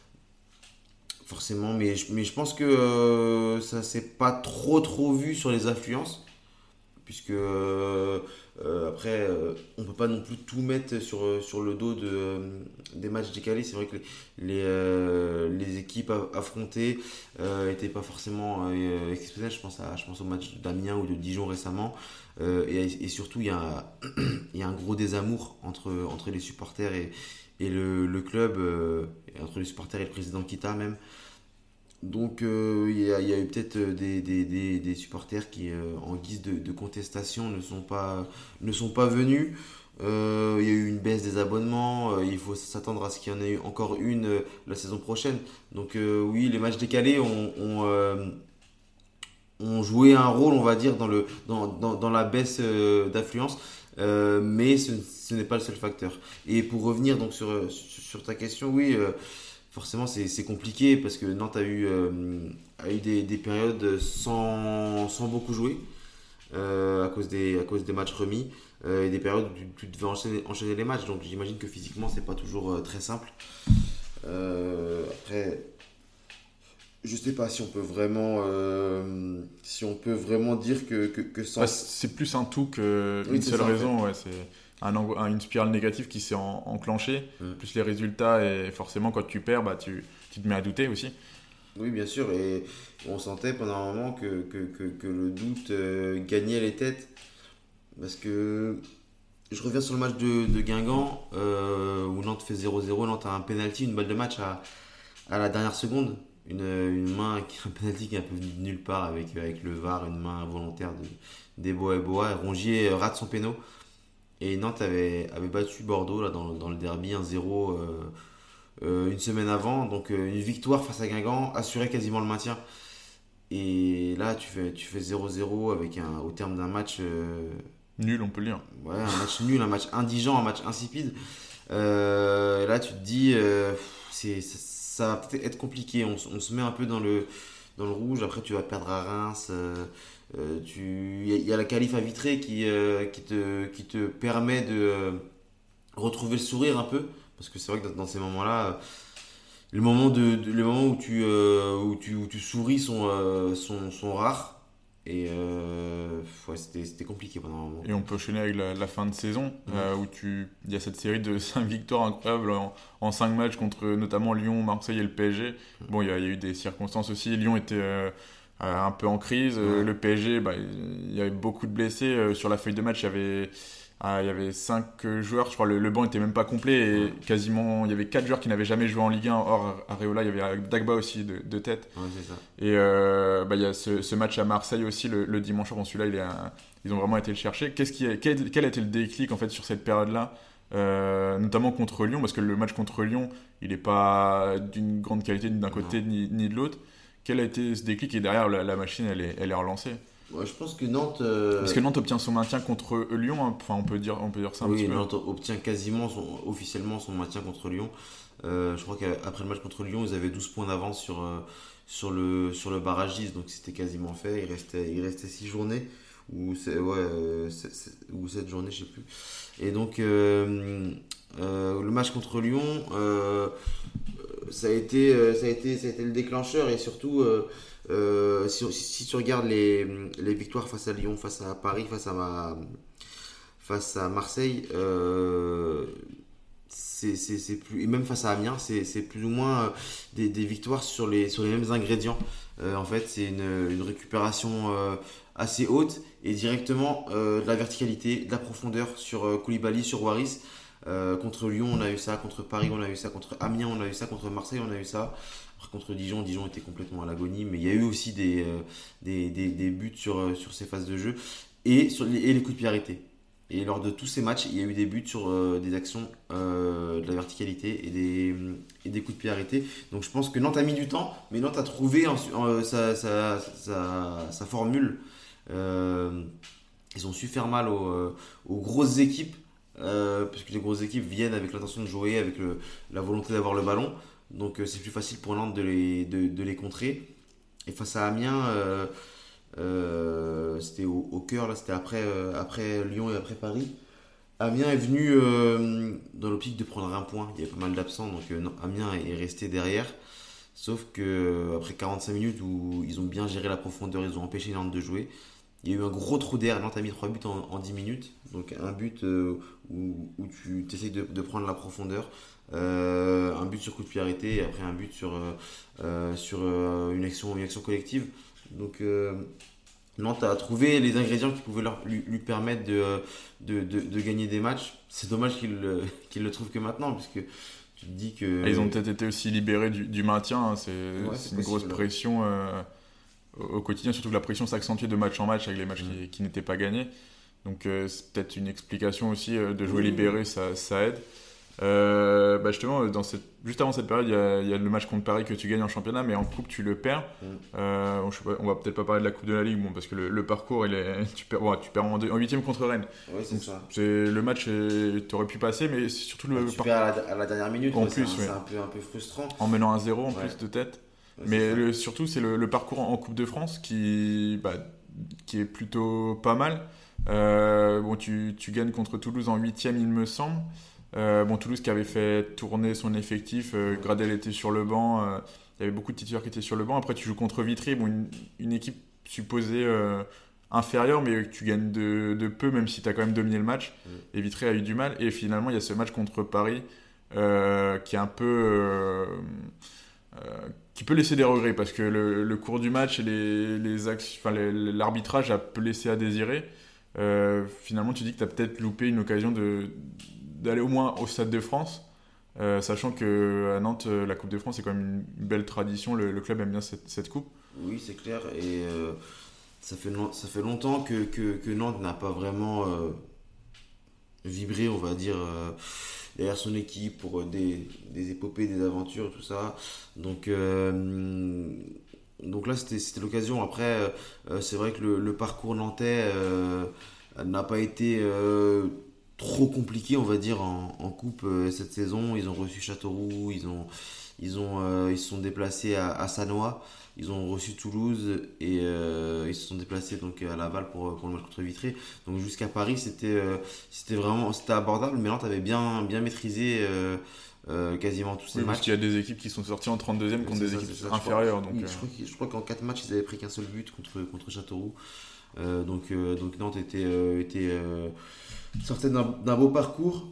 S2: Forcément, mais je, mais je pense que euh, ça s'est pas trop trop vu sur les affluences puisque euh, euh, après, euh, on ne peut pas non plus tout mettre sur, sur le dos de, euh, des matchs décalés. C'est vrai que les, les, euh, les équipes affrontées n'étaient pas forcément euh, exceptionnelles. Je pense, à, je pense au match d'Amiens ou de Dijon récemment. Euh, et, et surtout, il y a, il y a un gros désamour entre, entre les supporters et, et le, le club, euh, entre les supporters et le président Kita même. Donc euh, il y, a, il y a eu peut-être des, des, des, des supporters qui, euh, en guise de, de contestation, ne sont pas, ne sont pas venus. Euh, il y a eu une baisse des abonnements. Euh, il faut s'attendre à ce qu'il y en ait eu encore une euh, la saison prochaine. Donc euh, oui, les matchs décalés ont, ont, euh, ont joué un rôle, on va dire, dans, le, dans, dans, dans la baisse euh, d'affluence. Euh, mais ce, ce n'est pas le seul facteur. Et pour revenir donc sur, sur, sur ta question, oui... Euh, forcément, c'est, c'est compliqué parce que Nantes a eu, euh, a eu des, des périodes sans, sans beaucoup jouer euh, à, cause des, à cause des matchs remis euh, et des périodes où tu, tu devais enchaîner, enchaîner les matchs. Donc j'imagine que physiquement, c'est pas toujours euh, très simple. Euh, après, je sais pas si on peut vraiment, euh, si on peut vraiment dire que, que, que sans.
S1: Ouais, c'est plus un tout qu'une
S2: Oui, c'est
S1: seule
S2: ça, en
S1: raison.
S2: fait.
S1: Ouais, c'est un, engo- un- une spirale négative qui s'est en- enclenchée,
S2: Mm.
S1: plus les résultats, et forcément, quand tu perds, bah, tu, tu te mets à douter aussi.
S2: Oui, bien sûr, et on sentait pendant un moment que, que, que, que le doute euh, gagnait les têtes. Parce que je reviens sur le match de, de Guingamp, euh, où Nantes fait zéro zéro. Nantes a un penalty, une balle de match à, à la dernière seconde. Une, une main, qui- un penalty qui est un peu venu de nulle part avec, avec le V A R, une main involontaire de, d'Eboa Eboa. Et Rongier euh, rate son péno. Et Nantes avait, avait battu Bordeaux là, dans, dans le derby un zéro euh, euh, une semaine avant. Donc euh, une victoire face à Guingamp assurait quasiment le maintien. Et là, tu fais, tu fais zéro zéro avec un, au terme d'un match, euh,
S1: Nul, on peut le dire.
S2: ouais, un match nul, un match indigent, un match insipide. Euh, là, tu te dis, euh, c'est, ça, ça va peut-être être compliqué. On, s- on se met un peu dans le, dans le rouge. Après, tu vas perdre à Reims. euh, euh, tu, il y, a il y a la qualif à Vitré qui, euh, qui, te, qui te permet de euh, retrouver le sourire un peu. Parce que c'est vrai que dans, dans ces moments-là, euh, les moments, de, de- les moments où, tu, euh, où, tu, où tu souris sont, euh, sont, sont rares. Et euh, ouais, c'était, c'était compliqué pendant un moment.
S1: Et on peut enchaîner avec la, la fin de saison,
S2: Mhm.
S1: euh, où tu, il y a cette série de cinq victoires incroyables en, en cinq matchs contre notamment Lyon, Marseille et le P S G. Bon, il y a, il y a eu des circonstances aussi. Lyon était euh, euh, un peu en crise. Euh,
S2: Ouais.
S1: Le P S G, bah, il y avait beaucoup de blessés. Euh, sur la feuille de match, il y avait, ah, il y avait cinq joueurs. Je crois le, le banc était même pas complet. Et
S2: Ouais.
S1: quasiment, il y avait quatre joueurs qui n'avaient jamais joué en Ligue un. Hors Areola, il y avait Dagba aussi de, de tête.
S2: Ouais, c'est ça.
S1: Et euh, bah, il y a ce, ce match à Marseille aussi le, le dimanche soir. Bon, celui-là, il est un- ils ont vraiment été le chercher. Qu'est-ce qui a, quel, quel a été le déclic en fait sur cette période-là, euh, notamment contre Lyon, parce que le match contre Lyon, il n'est pas d'une grande qualité ni d'un côté
S2: Non.
S1: ni, ni de l'autre. Quel a été ce déclic et derrière la, la machine, elle est, elle est relancée.
S2: Ouais, je pense que Nantes. euh,
S1: Parce que Nantes obtient son maintien contre Lyon. Hein. Enfin, on peut dire, on peut dire ça un
S2: oui,
S1: petit peu.
S2: Nantes obtient quasiment son- officiellement son maintien contre Lyon. Euh, je crois qu'après le match contre Lyon, ils avaient douze points d'avance sur, euh, sur, le, sur le barragiste, donc c'était quasiment fait. Il restait, il restait six journées, ou c'est- ouais, euh, c'est- c'est- ou sept journées, je sais plus. Et donc, euh, euh, le match contre Lyon, euh, ça a été, euh, ça a été, ça a été le déclencheur. Et surtout, euh, euh, si, si tu regardes les, les victoires face à Lyon, face à Paris, face à, ma, face à Marseille, euh, c'est, c'est, c'est plus, et même face à Amiens, c'est, c'est plus ou moins euh, des, des victoires sur les, sur les mêmes ingrédients. Euh, en fait, c'est une, une récupération euh, assez haute et directement euh, de la verticalité, de la profondeur sur euh, Koulibaly, sur Waris. Euh, contre Lyon, on a eu ça. Contre Paris, on a eu ça. Contre Amiens, on a eu ça. Contre Marseille, on a eu ça. Après, contre Dijon, Dijon était complètement à l'agonie. Mais il y a eu aussi des, euh, des, des, des buts sur, euh, sur ces phases de jeu et, sur les, et les coups de pied arrêtés. Et lors de tous ces matchs, il y a eu des buts sur euh, des actions euh, de la verticalité et des, et des coups de pied arrêtés. Donc je pense que Nantes a mis du temps, mais Nantes a trouvé en, en, sa, sa, sa, sa formule. Euh, ils ont su faire mal aux, euh, aux grosses équipes. Euh, parce que les grosses équipes viennent avec l'intention de jouer, avec le, la volonté d'avoir le ballon. Donc euh, c'est plus facile pour Nantes de les, de, de les contrer. Et face à Amiens, euh, euh, c'était au, au cœur, là, c'était après, euh, après Lyon et après Paris. Amiens est venu euh, dans l'optique de prendre un point. Il y avait pas mal d'absents, donc euh, non, Amiens est resté derrière. Sauf que euh, après quarante-cinq minutes où ils ont bien géré la profondeur, ils ont empêché Nantes de jouer. Il y a eu un gros trou d'air. Nantes a mis trois buts en, en dix minutes. Donc un but euh, où, où tu essayes de, de prendre la profondeur. Euh, un but sur coup de pied arrêté et après un but sur, euh, euh, sur euh, une, action, une action collective. Donc euh, Nantes a trouvé les ingrédients qui pouvaient leur, lui, lui permettre de, de, de, de gagner des matchs. C'est dommage qu'il ne qu'il le trouve que maintenant, puisque tu te dis que...
S1: Et ils ont peut-être été aussi libérés du, du maintien, hein. c'est,
S2: Ouais,
S1: c'est
S2: c'est
S1: une
S2: possible.
S1: grosse pression euh, au, au quotidien, surtout que la pression s'accentuait de match en match avec les matchs
S2: Mm.
S1: qui, qui n'étaient pas gagnés. Donc euh, c'est peut-être une explication aussi euh, de jouer
S2: Oui, oui.
S1: libéré, ça, ça aide. Euh, bah justement, dans cette, juste avant cette période, il y, a, il y a le match contre Paris que tu gagnes en championnat, mais en coupe tu le perds.
S2: Mm.
S1: Euh, bon, je sais pas, on va peut-être pas parler de la coupe de la Ligue, bon, parce que le, le parcours, il est, tu perds, ouais, tu perds en, deux- en huitième contre Rennes.
S2: Ouais, c'est
S1: Donc,
S2: ça.
S1: c'est, le match, tu aurais pu passer, mais c'est surtout le
S2: Tu
S1: par-
S2: perds à la, à la dernière minute,
S1: En
S2: ouais, c'est
S1: plus,
S2: un,
S1: ouais.
S2: c'est un peu, un peu frustrant.
S1: en menant un zéro en
S2: Ouais.
S1: plus de tête.
S2: Ouais, c'est
S1: Mais
S2: ça.
S1: le- surtout, c'est le, le parcours en, en Coupe de France qui, bah, qui est plutôt pas mal. Euh, bon, tu, tu gagnes contre Toulouse en huitième, il me semble. Euh, bon, Toulouse qui avait fait tourner son effectif, euh, Gradel était sur le banc, euh, il y avait beaucoup de titulaires qui étaient sur le banc. Après, tu joues contre Vitry, bon, une, une équipe supposée euh, inférieure, mais que tu gagnes de, de peu, même si tu as quand même dominé le match.
S2: Mm.
S1: Et Vitry a eu du mal. Et finalement, il y a ce match contre Paris euh, qui est un peu. Euh, euh, qui peut laisser des regrets parce que le, le cours du match et les, les actions, enfin, les- l'arbitrage a peu laissé à désirer. Euh, finalement, tu dis que tu as peut-être loupé une occasion de, d'aller au moins au Stade de France, euh, sachant qu'à Nantes, euh, la Coupe de France, c'est quand même une belle tradition. Le, le club aime bien cette, cette coupe.
S2: Oui, c'est clair. Et euh, ça, fait, long- ça fait longtemps que, que, que Nantes n'a pas vraiment euh, vibré, on va dire, euh, derrière son équipe pour euh, des, des épopées, des aventures, tout ça. Donc, euh, donc là, c'était, c'était l'occasion. Après, euh, c'est vrai que le, le parcours nantais euh, n'a pas été euh, trop compliqué, on va dire, en, en coupe euh, cette saison. Ils ont reçu Châteauroux, ils, ont, ils, ont, euh, ils se sont déplacés à, à Sannois. Ils ont reçu Toulouse et euh, ils se sont déplacés donc à Laval pour, pour le match contre Vitry. Donc jusqu'à Paris, c'était euh, c'était vraiment c'était abordable. Mais Nantes avait bien, bien maîtrisé euh, euh, quasiment tous ces
S1: Oui, parce
S2: matchs.
S1: qu'il y a des équipes qui sont sorties en trente-deuxième contre
S2: C'est
S1: des
S2: ça,
S1: équipes
S2: c'est ça, je
S1: inférieures.
S2: crois.
S1: Donc,
S2: Oui,
S1: euh,
S2: je crois, que- je crois qu'en quatre matchs, ils avaient pris qu'un seul but contre, contre Châteauroux. Euh, donc, euh, donc Nantes était, euh, était, euh, sortait d'un d'un beau parcours.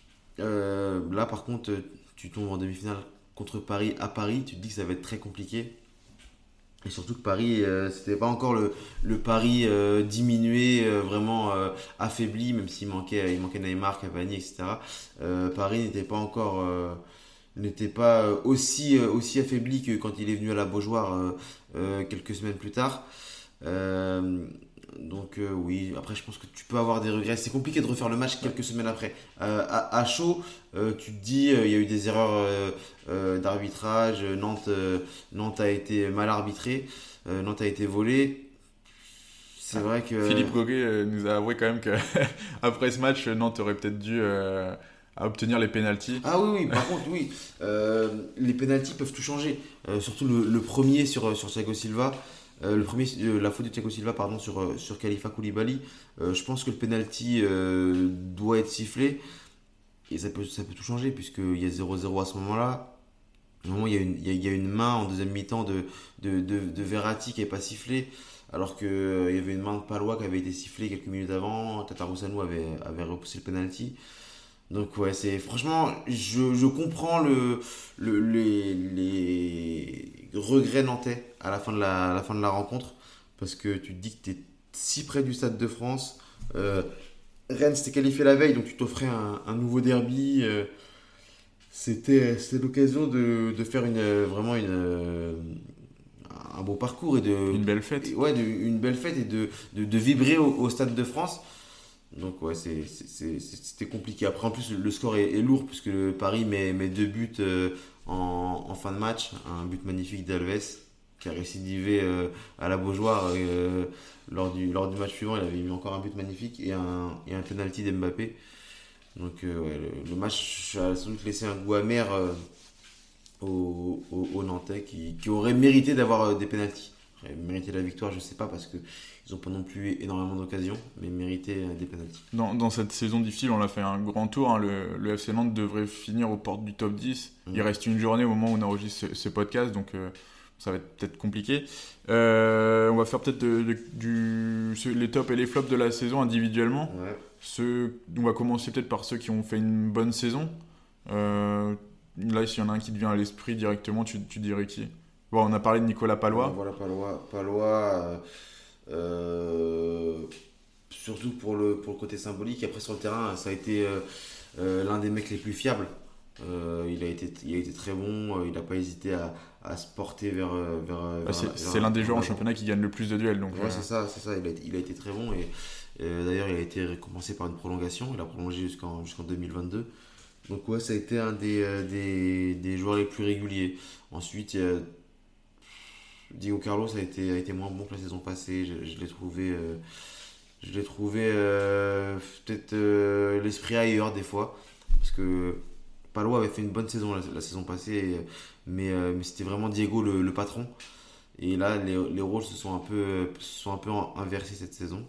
S2: Euh, là, par contre, tu tombes en demi-finale contre Paris à Paris. Tu te dis que ça va être très compliqué. Et surtout que Paris, euh, c'était pas encore le, le Paris euh, diminué, euh, vraiment euh, affaibli, même s'il manquait, il manquait Neymar, Cavani, et cetera. Euh, Paris n'était pas encore, euh, n'était pas euh, aussi, euh, aussi affaibli que quand il est venu à la Beaujoire euh, euh, quelques semaines plus tard. Euh, donc euh, oui, après je pense que tu peux avoir des regrets. C'est compliqué de refaire le match quelques semaines après. Euh, à, à chaud, euh, tu te dis euh, il y a eu des erreurs euh, euh, d'arbitrage. Nantes, euh, Nantes a été mal arbitré. Euh, Nantes a été volé. C'est
S1: Ah,
S2: vrai que
S1: Philippe Goguet euh, nous a avoué quand même qu'après ce match, Nantes aurait peut-être dû euh, à obtenir les pénaltys.
S2: ah oui, oui, par contre, oui, euh, les pénaltys peuvent tout changer. Euh, surtout le, le premier sur, sur Thiago Silva. Euh, le premier, euh, la faute de Thiago Silva pardon, sur, euh, sur Khalifa Koulibaly. Euh, je pense que le penalty euh, doit être sifflé. Et ça peut, ça peut tout changer, puisqu'il y a zéro zéro à ce moment-là. À un moment, il y a une, il y a, il y a une main en deuxième mi-temps de, de, de, de Verratti qui n'est pas sifflée. Alors qu'il y avait une main de Palois qui avait été sifflée quelques minutes avant. Tatarusanu avait, avait repoussé le penalty. Donc ouais, c'est franchement, je, je comprends le, le, les, les regrets nantais à la fin de la, à la fin de la rencontre parce que tu te dis que tu es si près du Stade de France. Euh, Rennes s'était qualifié la veille, donc tu t'offrais un, un nouveau derby. euh, c'était, c'était l'occasion de, de faire une, vraiment une, euh, un beau parcours et de,
S1: Une belle fête.
S2: et ouais, de- une belle fête et de, de, de vibrer au, au Stade de France. Donc ouais, c'est, c'est- c'est- c'était compliqué. Après, en plus, le score est, est lourd puisque le Paris met, met deux buts euh, en, en fin de match. Un but magnifique d'Alves qui a récidivé euh, à la Beaujoire euh, lors, du, lors du match suivant. Il avait mis encore un but magnifique et un, et un penalty d'Mbappé. Donc euh, ouais, le, le match a sans doute laissé un goût amer euh, aux, aux- aux Nantais qui, qui auraient mérité d'avoir euh, des pénaltys. Après, mériter la victoire, je sais pas parce que ils ont pas non plus énormément d'occasions, mais mériter euh, des pénaltys.
S1: Dans, dans cette saison difficile, on a fait un grand tour. Hein. Le, le F C Nantes devrait finir aux portes du top dix.
S2: Mm.
S1: Il reste une journée au moment où on enregistre ce, ce podcast. Donc, euh, ça va être peut-être compliqué. Euh, on va faire peut-être de, de, du, les tops et les flops de la saison individuellement.
S2: Ouais.
S1: Ceux, on va commencer peut-être par ceux qui ont fait une bonne saison. Euh, là, s'il y en a un qui te vient à l'esprit directement, tu, tu dirais qui? Bon, on a parlé de Nicolas Pallois.
S2: Voilà, Pallois. Pallois euh, euh, surtout pour le, pour le côté symbolique. Après, sur le terrain, ça a été euh, euh, l'un des mecs les plus fiables. Euh, il, a été, il a été très bon. Euh, il n'a pas hésité à, à se porter vers. vers,
S1: bah,
S2: vers
S1: c'est,
S2: vers,
S1: c'est l'un des joueurs en
S2: vers,
S1: championnat qui gagne le plus de duels. Donc,
S2: ouais,
S1: euh...
S2: c'est ça, c'est ça. Il a, il a été très bon. Et euh, d'ailleurs, il a été récompensé par une prolongation. Il a prolongé jusqu'en, jusqu'en deux mille vingt-deux. Donc, ouais, ça a été un des, euh, des, des joueurs les plus réguliers. Ensuite, il y a Diego Carlos a été, a été moins bon que la saison passée. Je, je l'ai trouvé, euh, je l'ai trouvé euh, peut-être euh, l'esprit ailleurs des fois. Parce que Pallois avait fait une bonne saison la, la saison passée, et, mais, euh, mais c'était vraiment Diego le, le patron. Et là, les, les rôles se sont un peu, se sont un peu inversés cette saison.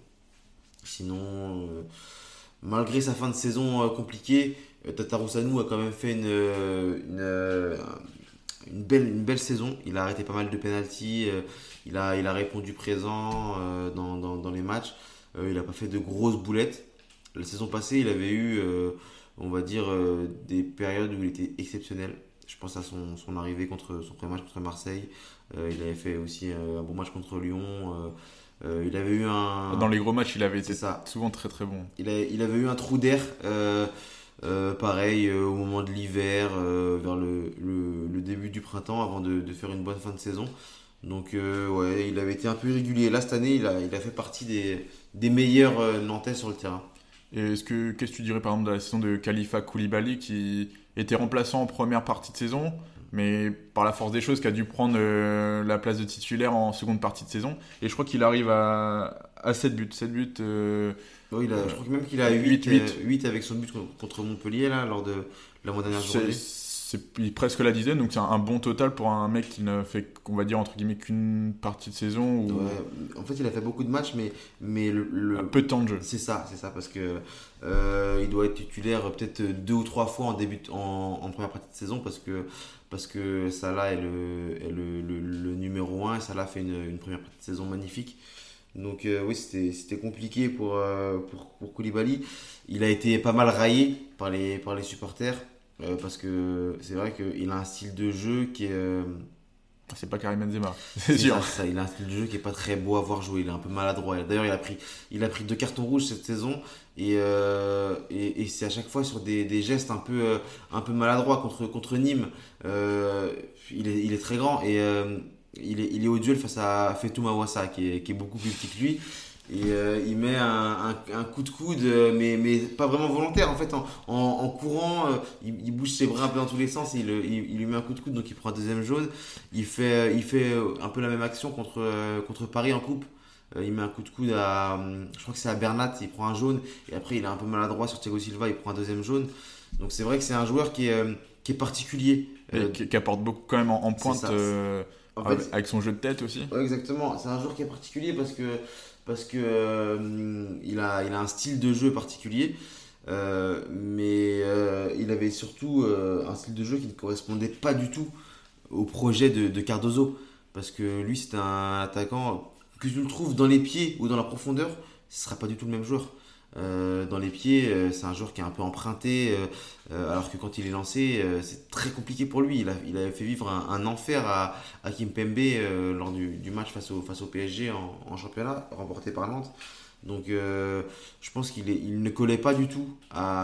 S2: Sinon, euh, malgré sa fin de saison euh, compliquée, euh, Tatarusanu a quand même fait une, une, euh, une, belle, une belle saison. Il a arrêté pas mal de pénaltys, euh, il, a, il a répondu présent euh, dans, dans, dans les matchs. Euh, il n'a pas fait de grosses boulettes. La saison passée, il avait eu, euh, on va dire, euh, des périodes où il était exceptionnel. Je pense à son, son arrivée contre son premier match contre Marseille. Euh, il avait fait aussi euh, un bon match contre Lyon. Euh, euh, il avait eu un.
S1: Dans les gros matchs, il avait été
S2: ça.
S1: souvent très très bon.
S2: Il, a, il avait eu un trou d'air, euh, euh, pareil, euh, au moment de l'hiver, euh, vers le, le, le début du printemps, avant de, de faire une bonne fin de saison. Donc, euh, ouais, il avait été un peu irrégulier. Là, cette année, il a, il a fait partie des, des meilleurs euh, Nantais sur le terrain.
S1: Et est-ce que, qu'est-ce que tu dirais par exemple de la saison de Khalifa Koulibaly qui était remplaçant en première partie de saison, mais par la force des choses qui a dû prendre euh, la place de titulaire en seconde partie de saison, et je crois qu'il arrive à, à sept buts. sept buts euh,
S2: oui, il a, je crois même qu'il a huit, huit avec son but contre Montpellier là, lors de la dernière journée.
S1: C'est presque la dizaine, donc c'est un bon total pour un mec qui ne fait, on va dire, entre guillemets, qu'une partie de saison. Ou...
S2: Ouais, en fait, il a fait beaucoup de matchs, mais, mais le, le...
S1: un peu de temps de jeu.
S2: C'est ça, c'est ça, parce que euh, il doit être titulaire peut-être deux ou trois fois en début, de, en, en première partie de saison, parce que parce que Salah est le, est le, le, le numéro un, et Salah fait une, une première partie de saison magnifique. Donc euh, oui, c'était, c'était compliqué pour, euh, pour, pour Koulibaly. Il a été pas mal raillé par les, par les supporters. Euh, parce que c'est vrai qu'il a un style de jeu qui est. Euh...
S1: C'est pas Karim Benzema, c'est,
S2: c'est
S1: sûr.
S2: Ça, ça, il a un style de jeu qui est pas très beau à voir jouer. Il est un peu maladroit. D'ailleurs, il a pris, il a pris deux cartons rouges cette saison et, euh, et, et c'est à chaque fois sur des, des gestes un peu, euh, un peu maladroits contre, contre Nîmes. Euh, il, est, il est très grand et euh, il, est, il est au duel face à Fetou Mawassa qui est, qui est beaucoup plus petit que lui. Et euh, il met un, un, un coup de coude, mais, mais pas vraiment volontaire. En fait, en, en, en courant, euh, il, il bouge ses bras un peu dans tous les sens. Et il, il, il lui met un coup de coude, donc il prend un deuxième jaune. Il fait, il fait un peu la même action contre, euh, contre Paris en coupe. Euh, il met un coup de coude à, je crois que c'est à Bernat, il prend un jaune. Et après, il est un peu maladroit sur Thiago Silva, il prend un deuxième jaune. Donc c'est vrai que c'est un joueur qui est, euh, qui est particulier.
S1: Euh, qui, qui apporte beaucoup quand même en, en pointe, euh,
S2: en fait,
S1: avec son jeu de tête aussi.
S2: Ouais, exactement, c'est un joueur qui est particulier parce que parce que euh, il a il a un style de jeu particulier, euh, mais euh, il avait surtout euh, un style de jeu qui ne correspondait pas du tout au projet de, de Cardozo, parce que lui c'est un attaquant que tu le trouves dans les pieds ou dans la profondeur, ce sera pas du tout le même joueur. Euh, dans les pieds, euh, c'est un joueur qui est un peu emprunté, euh, euh, alors que quand il est lancé, euh, c'est très compliqué pour lui. Il a, il a fait vivre un, un enfer à, à Kimpembe euh, lors du, du match face au, face au P S G en, en championnat, remporté par Nantes. Donc euh, je pense qu'il est, il ne collait pas du tout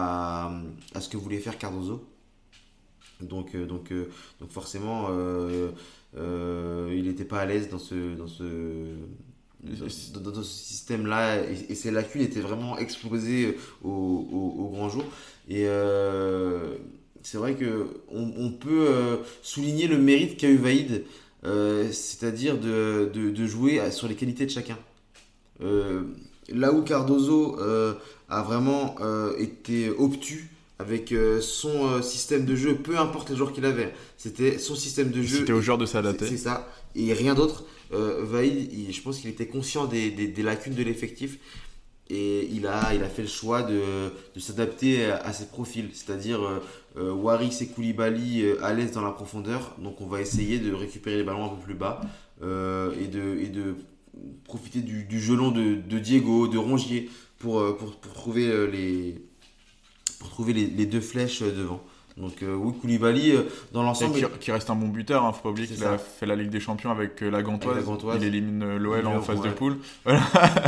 S2: à, à ce que voulait faire Cardozo. Donc, euh, donc, euh, donc forcément, euh, euh, il n'était pas à l'aise dans ce... Dans ce Dans, dans, dans ce système-là, et, et ses lacunes étaient vraiment exposées au, au, au grand jour. Et euh, c'est vrai qu'on on peut euh, souligner le mérite qu'a eu Vaïd, euh, c'est-à-dire de, de, de jouer sur les qualités de chacun. Euh, là où Cardozo euh, a vraiment euh, été obtus avec euh, son euh, système de jeu, peu importe les joueurs qu'il avait, c'était son système de jeu.
S1: C'était au joueur de s'adapter.
S2: C'est, c'est ça, et rien d'autre. Euh, Vaïd, il, je pense qu'il était conscient des, des, des lacunes de l'effectif et il a, il a fait le choix de, de s'adapter à, à ses profils, c'est-à-dire euh, euh, Waris et Koulibaly euh, à l'aise dans la profondeur. Donc on va essayer de récupérer les ballons un peu plus bas euh, et, de, et de profiter du, du jeu long de, de Diego, de Rongier pour, euh, pour, pour trouver, euh, les, pour trouver les, les deux flèches euh, devant. Donc euh, oui, Koulibaly euh, dans l'ensemble
S1: Qui,
S2: est-
S1: qui reste un bon buteur, hein, faut pas oublier
S2: C'est
S1: qu'il
S2: ça.
S1: a fait la Ligue des Champions avec euh, la Gantoise.
S2: Avec la Gantoise.
S1: Il élimine euh, l'O L en
S2: Lyon,
S1: phase de
S2: ouais.
S1: poule. Voilà.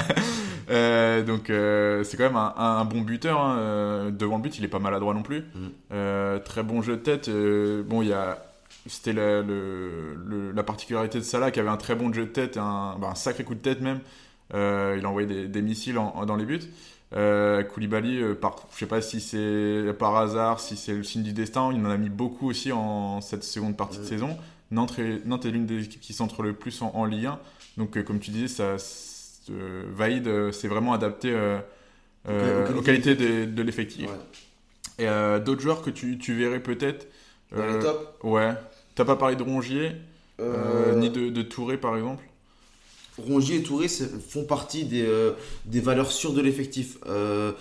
S1: Euh, donc euh, c'est quand même un, un bon buteur. Hein. Euh, Devant le but, il est pas maladroit non plus.
S2: Mm.
S1: Euh, très bon jeu de tête. Euh, bon, il y a c'était la, le, le- la particularité de Salah qui avait un très bon jeu de tête, un, bah, un sacré coup de tête même. Euh, il a envoyé des, des missiles en- en- dans les buts. Euh, Koulibaly, euh, par, je sais pas si c'est par hasard, si c'est le signe du destin, il en a mis beaucoup aussi en cette seconde partie de
S2: Ouais.
S1: saison. Nantes est, Nantes est l'une des équipes qui centre le plus en, en Ligue un. Donc, euh, comme tu disais, ça, euh, Vaïd euh, s'est vraiment adapté euh, euh,
S2: Aux
S1: aux
S2: qualités
S1: qualités de, de l'effectif.
S2: Ouais.
S1: Et euh, d'autres joueurs que tu, tu verrais peut-être.
S2: Dans les
S1: euh,
S2: tops
S1: Ouais. T'as pas parlé de Rongier, euh,
S2: euh,
S1: ni de, de Touré par exemple.
S2: Rongier et Touré c'est- font partie des, euh, des valeurs sûres de l'effectif. Euh,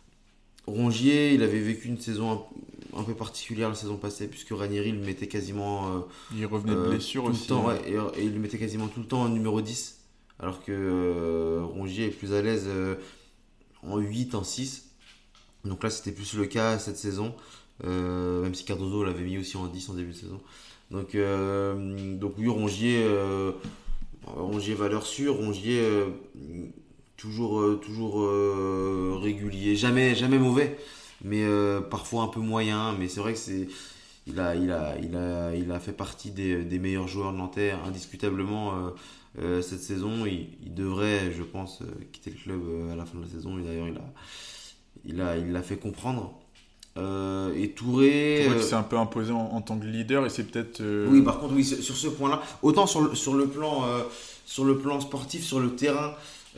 S2: Rongier, il avait vécu une saison un, un peu particulière la saison passée, puisque Ranieri le mettait quasiment euh,
S1: Il revenait de
S2: euh,
S1: blessure
S2: tout
S1: aussi.
S2: le temps,
S1: hein.
S2: ouais, et, et il le mettait quasiment tout le temps en numéro dix, alors que euh, Rongier est plus à l'aise euh, en huit, en six. Donc là, c'était plus le cas cette saison, euh, même si Cardozo l'avait mis aussi en dix en début de saison. Donc, euh, donc oui, Rongier, euh, Rongier valeur sûre, Rongier euh, toujours, euh, toujours euh, régulier, jamais, jamais mauvais, mais euh, parfois un peu moyen. Mais c'est vrai que c'est, il a, il a, il a, il a fait partie des, des meilleurs joueurs nantais indiscutablement euh, euh, cette saison. Il, il devrait, je pense, euh, quitter le club euh, à la fin de la saison. Et d'ailleurs, il a, il a, il l'a fait comprendre. Euh, et Touré.
S1: Touré qui
S2: euh,
S1: s'est un peu imposé en, en tant que leader et c'est peut-être. euh,
S2: Oui, par contre, oui, sur sur ce point-là, autant sur le, sur le plan, euh, sur le plan sportif, sur le terrain,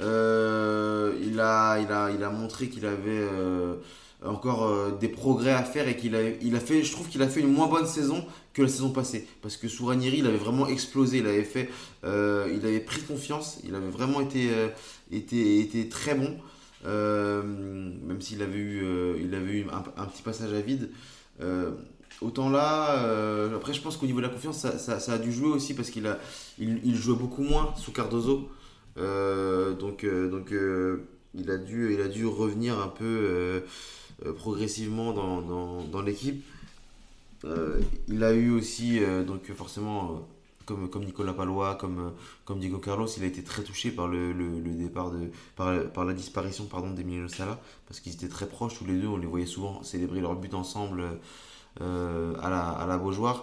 S2: euh, il a, il a, il a montré qu'il avait euh, encore euh, des progrès à faire et qu'il a, il a fait, je trouve qu'il a fait une moins bonne saison que la saison passée. Parce que sous Ranieri, il avait vraiment explosé, il avait fait, euh, il avait pris confiance, il avait vraiment été, euh, été, été très bon. Euh, même s'il avait eu, euh, il avait eu un, un petit passage à vide. Euh, Autant là, euh, après je pense qu'au niveau de la confiance, ça, ça- ça a dû jouer aussi parce qu'il a, il, il jouait beaucoup moins sous Cardozo. Euh, donc euh, donc euh, il, a dû, il a dû revenir un peu euh, euh, progressivement dans, dans, dans l'équipe. Euh, il a eu aussi, euh, donc forcément, euh, comme, comme Nicolas Palois, comme, euh, comme Diego Carlos, il a été très touché par le, le, le départ de, par, par la disparition pardon, d'Emiliano Sala parce qu'ils étaient très proches tous les deux, on les voyait souvent célébrer leur but ensemble. Euh, à, la, à la Beaujoire.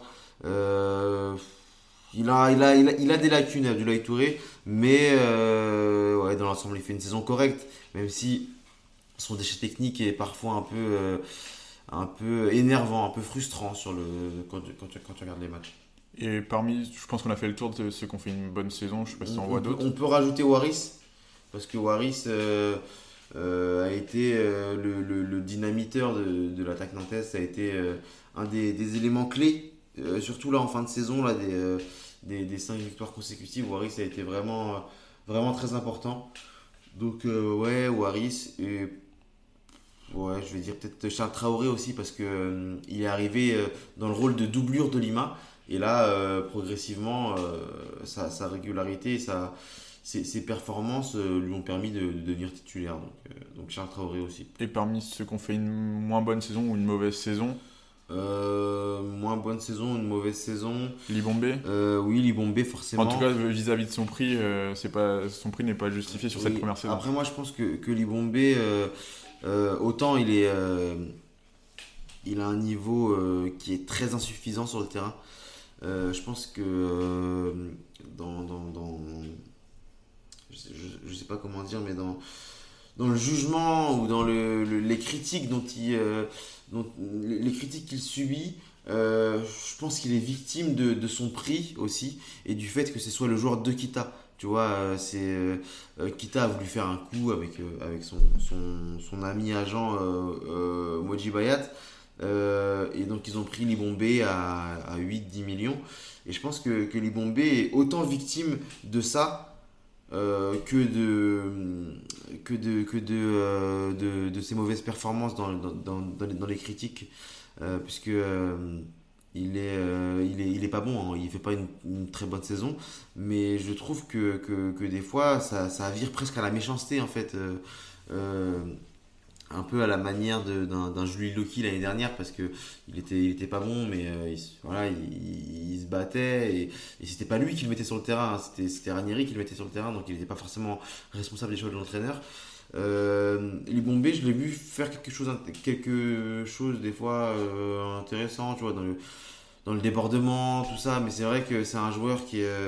S2: Euh, il, a, il, a, il, a, il a des lacunes, Abdoulaye Touré, mais euh, ouais, dans l'ensemble, il fait une saison correcte, même si son déchet technique est parfois un peu, euh, un peu énervant, un peu frustrant sur le, quand, tu, quand, tu, quand tu regardes les matchs.
S1: Et parmi, je pense qu'on a fait le tour de ceux qui ont fait une bonne saison. Je sais pas si on,
S2: On,
S1: voit
S2: on peut,
S1: d'autres.
S2: on peut rajouter Waris, parce que Waris euh, euh, a été euh, le, le, le dynamiteur de, de l'attaque nantaise, ça a été euh, un des, des éléments clés, euh, surtout là en fin de saison, là, des, euh, des, des cinq victoires consécutives. Waris a été vraiment, euh, vraiment très important. Donc, euh, ouais, Waris, et ouais, je vais dire peut-être Charles Traoré aussi, parce que euh, il est arrivé euh, dans le rôle de doublure de Lima, et là, euh, progressivement, euh, sa, sa régularité et sa, ses, ses performances euh, lui ont permis de, de devenir titulaire. Donc, euh, donc Charles Traoré aussi.
S1: Et parmi ceux qui ont fait une moins bonne saison ou une mauvaise saison,
S2: Euh, moins bonne saison, une mauvaise saison.
S1: Libombé.
S2: Euh, oui, Libombé forcément.
S1: En tout cas, vis-à-vis de son prix, euh, c'est pas, son prix n'est pas justifié sur cette
S2: Oui.
S1: première saison.
S2: Après, moi, je pense que, que Libombé, euh, euh, autant il est, euh, il a un niveau euh, qui est très insuffisant sur le terrain. Euh, je pense que euh, dans, dans, dans je, sais, je, je sais pas comment dire, mais dans dans le jugement ou dans le, le- les critiques dont il, euh, dont, les les critiques qu'il subit, euh, je pense qu'il est victime de, de son prix aussi et du fait que ce soit le joueur de Kita. Tu vois, euh, c'est euh, euh, Kita a voulu faire un coup avec, euh, avec son, son, son ami agent euh, euh, Moji Bayat. Euh, et donc ils ont pris Libombé à, à huit dix millions. Et je pense que, que Libombé est autant victime de ça euh, que de que de que de, euh, de, de ses mauvaises performances dans, dans, dans, dans les, dans les critiques, euh, puisque euh, il est, euh, il est il est pas bon, hein. Il fait pas une, une très bonne saison, mais je trouve que, que, que des fois ça, ça vire presque à la méchanceté en fait. Euh, euh, un peu à la manière de- d'un d'un Julie Loki l'année dernière, parce que il était, il était pas bon, mais euh, il, se- voilà, il, il- il se battait, et, et c'était pas lui qui le mettait sur le terrain, hein. c'était c'était Ranieri qui le mettait sur le terrain, donc il n'était pas forcément responsable des choix de l'entraîneur. Euh, Libombé, je l'ai vu faire quelque chose, quelque chose des fois euh, intéressant, tu vois, dans le, dans le débordement, tout ça, mais c'est vrai que c'est un joueur qui est, euh,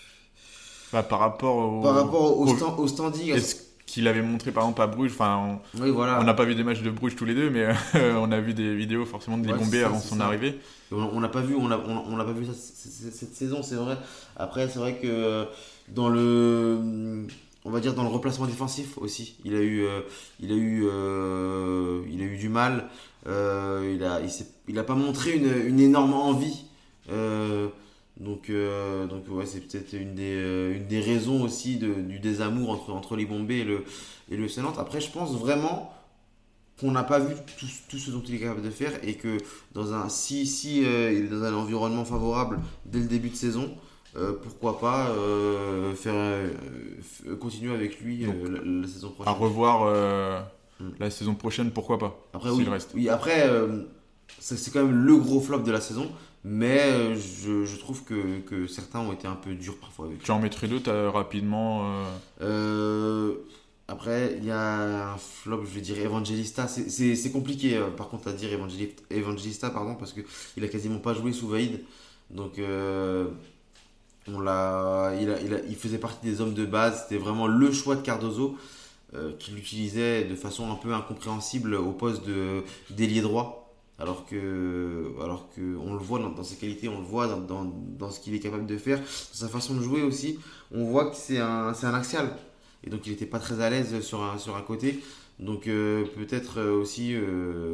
S1: Bah, par rapport
S2: par
S1: au,
S2: rapport au,
S1: au-
S2: stand, au standing, à-
S1: est-ce qu'il avait montré par exemple à Bruges, enfin
S2: oui,
S1: on on n'a
S2: voilà.
S1: pas vu des matchs de Bruges tous les deux, mais euh, on a vu des vidéos forcément de
S2: Ouais, c'est
S1: Libombé
S2: ça,
S1: avant
S2: c'est
S1: son
S2: ça.
S1: arrivée.
S2: On on n'a pas vu, on l'a on, on l'a pas vu ça- c- c- cette saison, c'est vrai. Après, c'est vrai que dans le, on va dire dans le replacement défensif aussi, il a eu, euh, il a eu, euh, il a eu du mal. Euh, il a, il s'est- il a pas montré une, une énorme envie. Euh, donc, euh, donc ouais, c'est peut-être une des, euh, une des raisons aussi de- du désamour entre entre les Bombay et le et le F C Nantes. Après, je pense vraiment qu'on n'a pas vu tout, tout ce dont il est capable de faire, et que dans un si si euh, il est dans un environnement favorable dès le début de saison, euh, pourquoi pas euh, faire euh, f- continuer avec lui
S1: Donc
S2: euh, la, la saison
S1: à
S2: prochaine.
S1: revoir euh,
S2: Mm.
S1: la saison prochaine, pourquoi pas,
S2: Après
S1: s'il
S2: oui,
S1: reste.
S2: oui après euh, ça, c'est quand même le gros flop de la saison, mais euh, je, je trouve que, que certains ont été un peu durs parfois avec
S1: Tu
S2: lui.
S1: en mettrais deux, t'as rapidement. euh,
S2: Euh, Après, il y a un flop, je vais dire Evangelista. C'est c'est- c'est compliqué, euh, par contre, à dire Evangeli- Evangelista, pardon, parce que il a quasiment pas joué sous Vaïd. Donc, euh, on l'a, il, a, il, a- il faisait partie des hommes de base. C'était vraiment le choix de Cardozo, euh, qui l'utilisait de façon un peu incompréhensible au poste de d'ailier droit. Alors que, alors que on le voit dans, dans ses qualités, on le voit dans, dans, dans ce qu'il est capable de faire, dans sa façon de jouer aussi. On voit que c'est un, c'est un axial. Et donc il n'était pas très à l'aise sur un, sur un côté. Donc euh, peut-être euh, aussi, euh,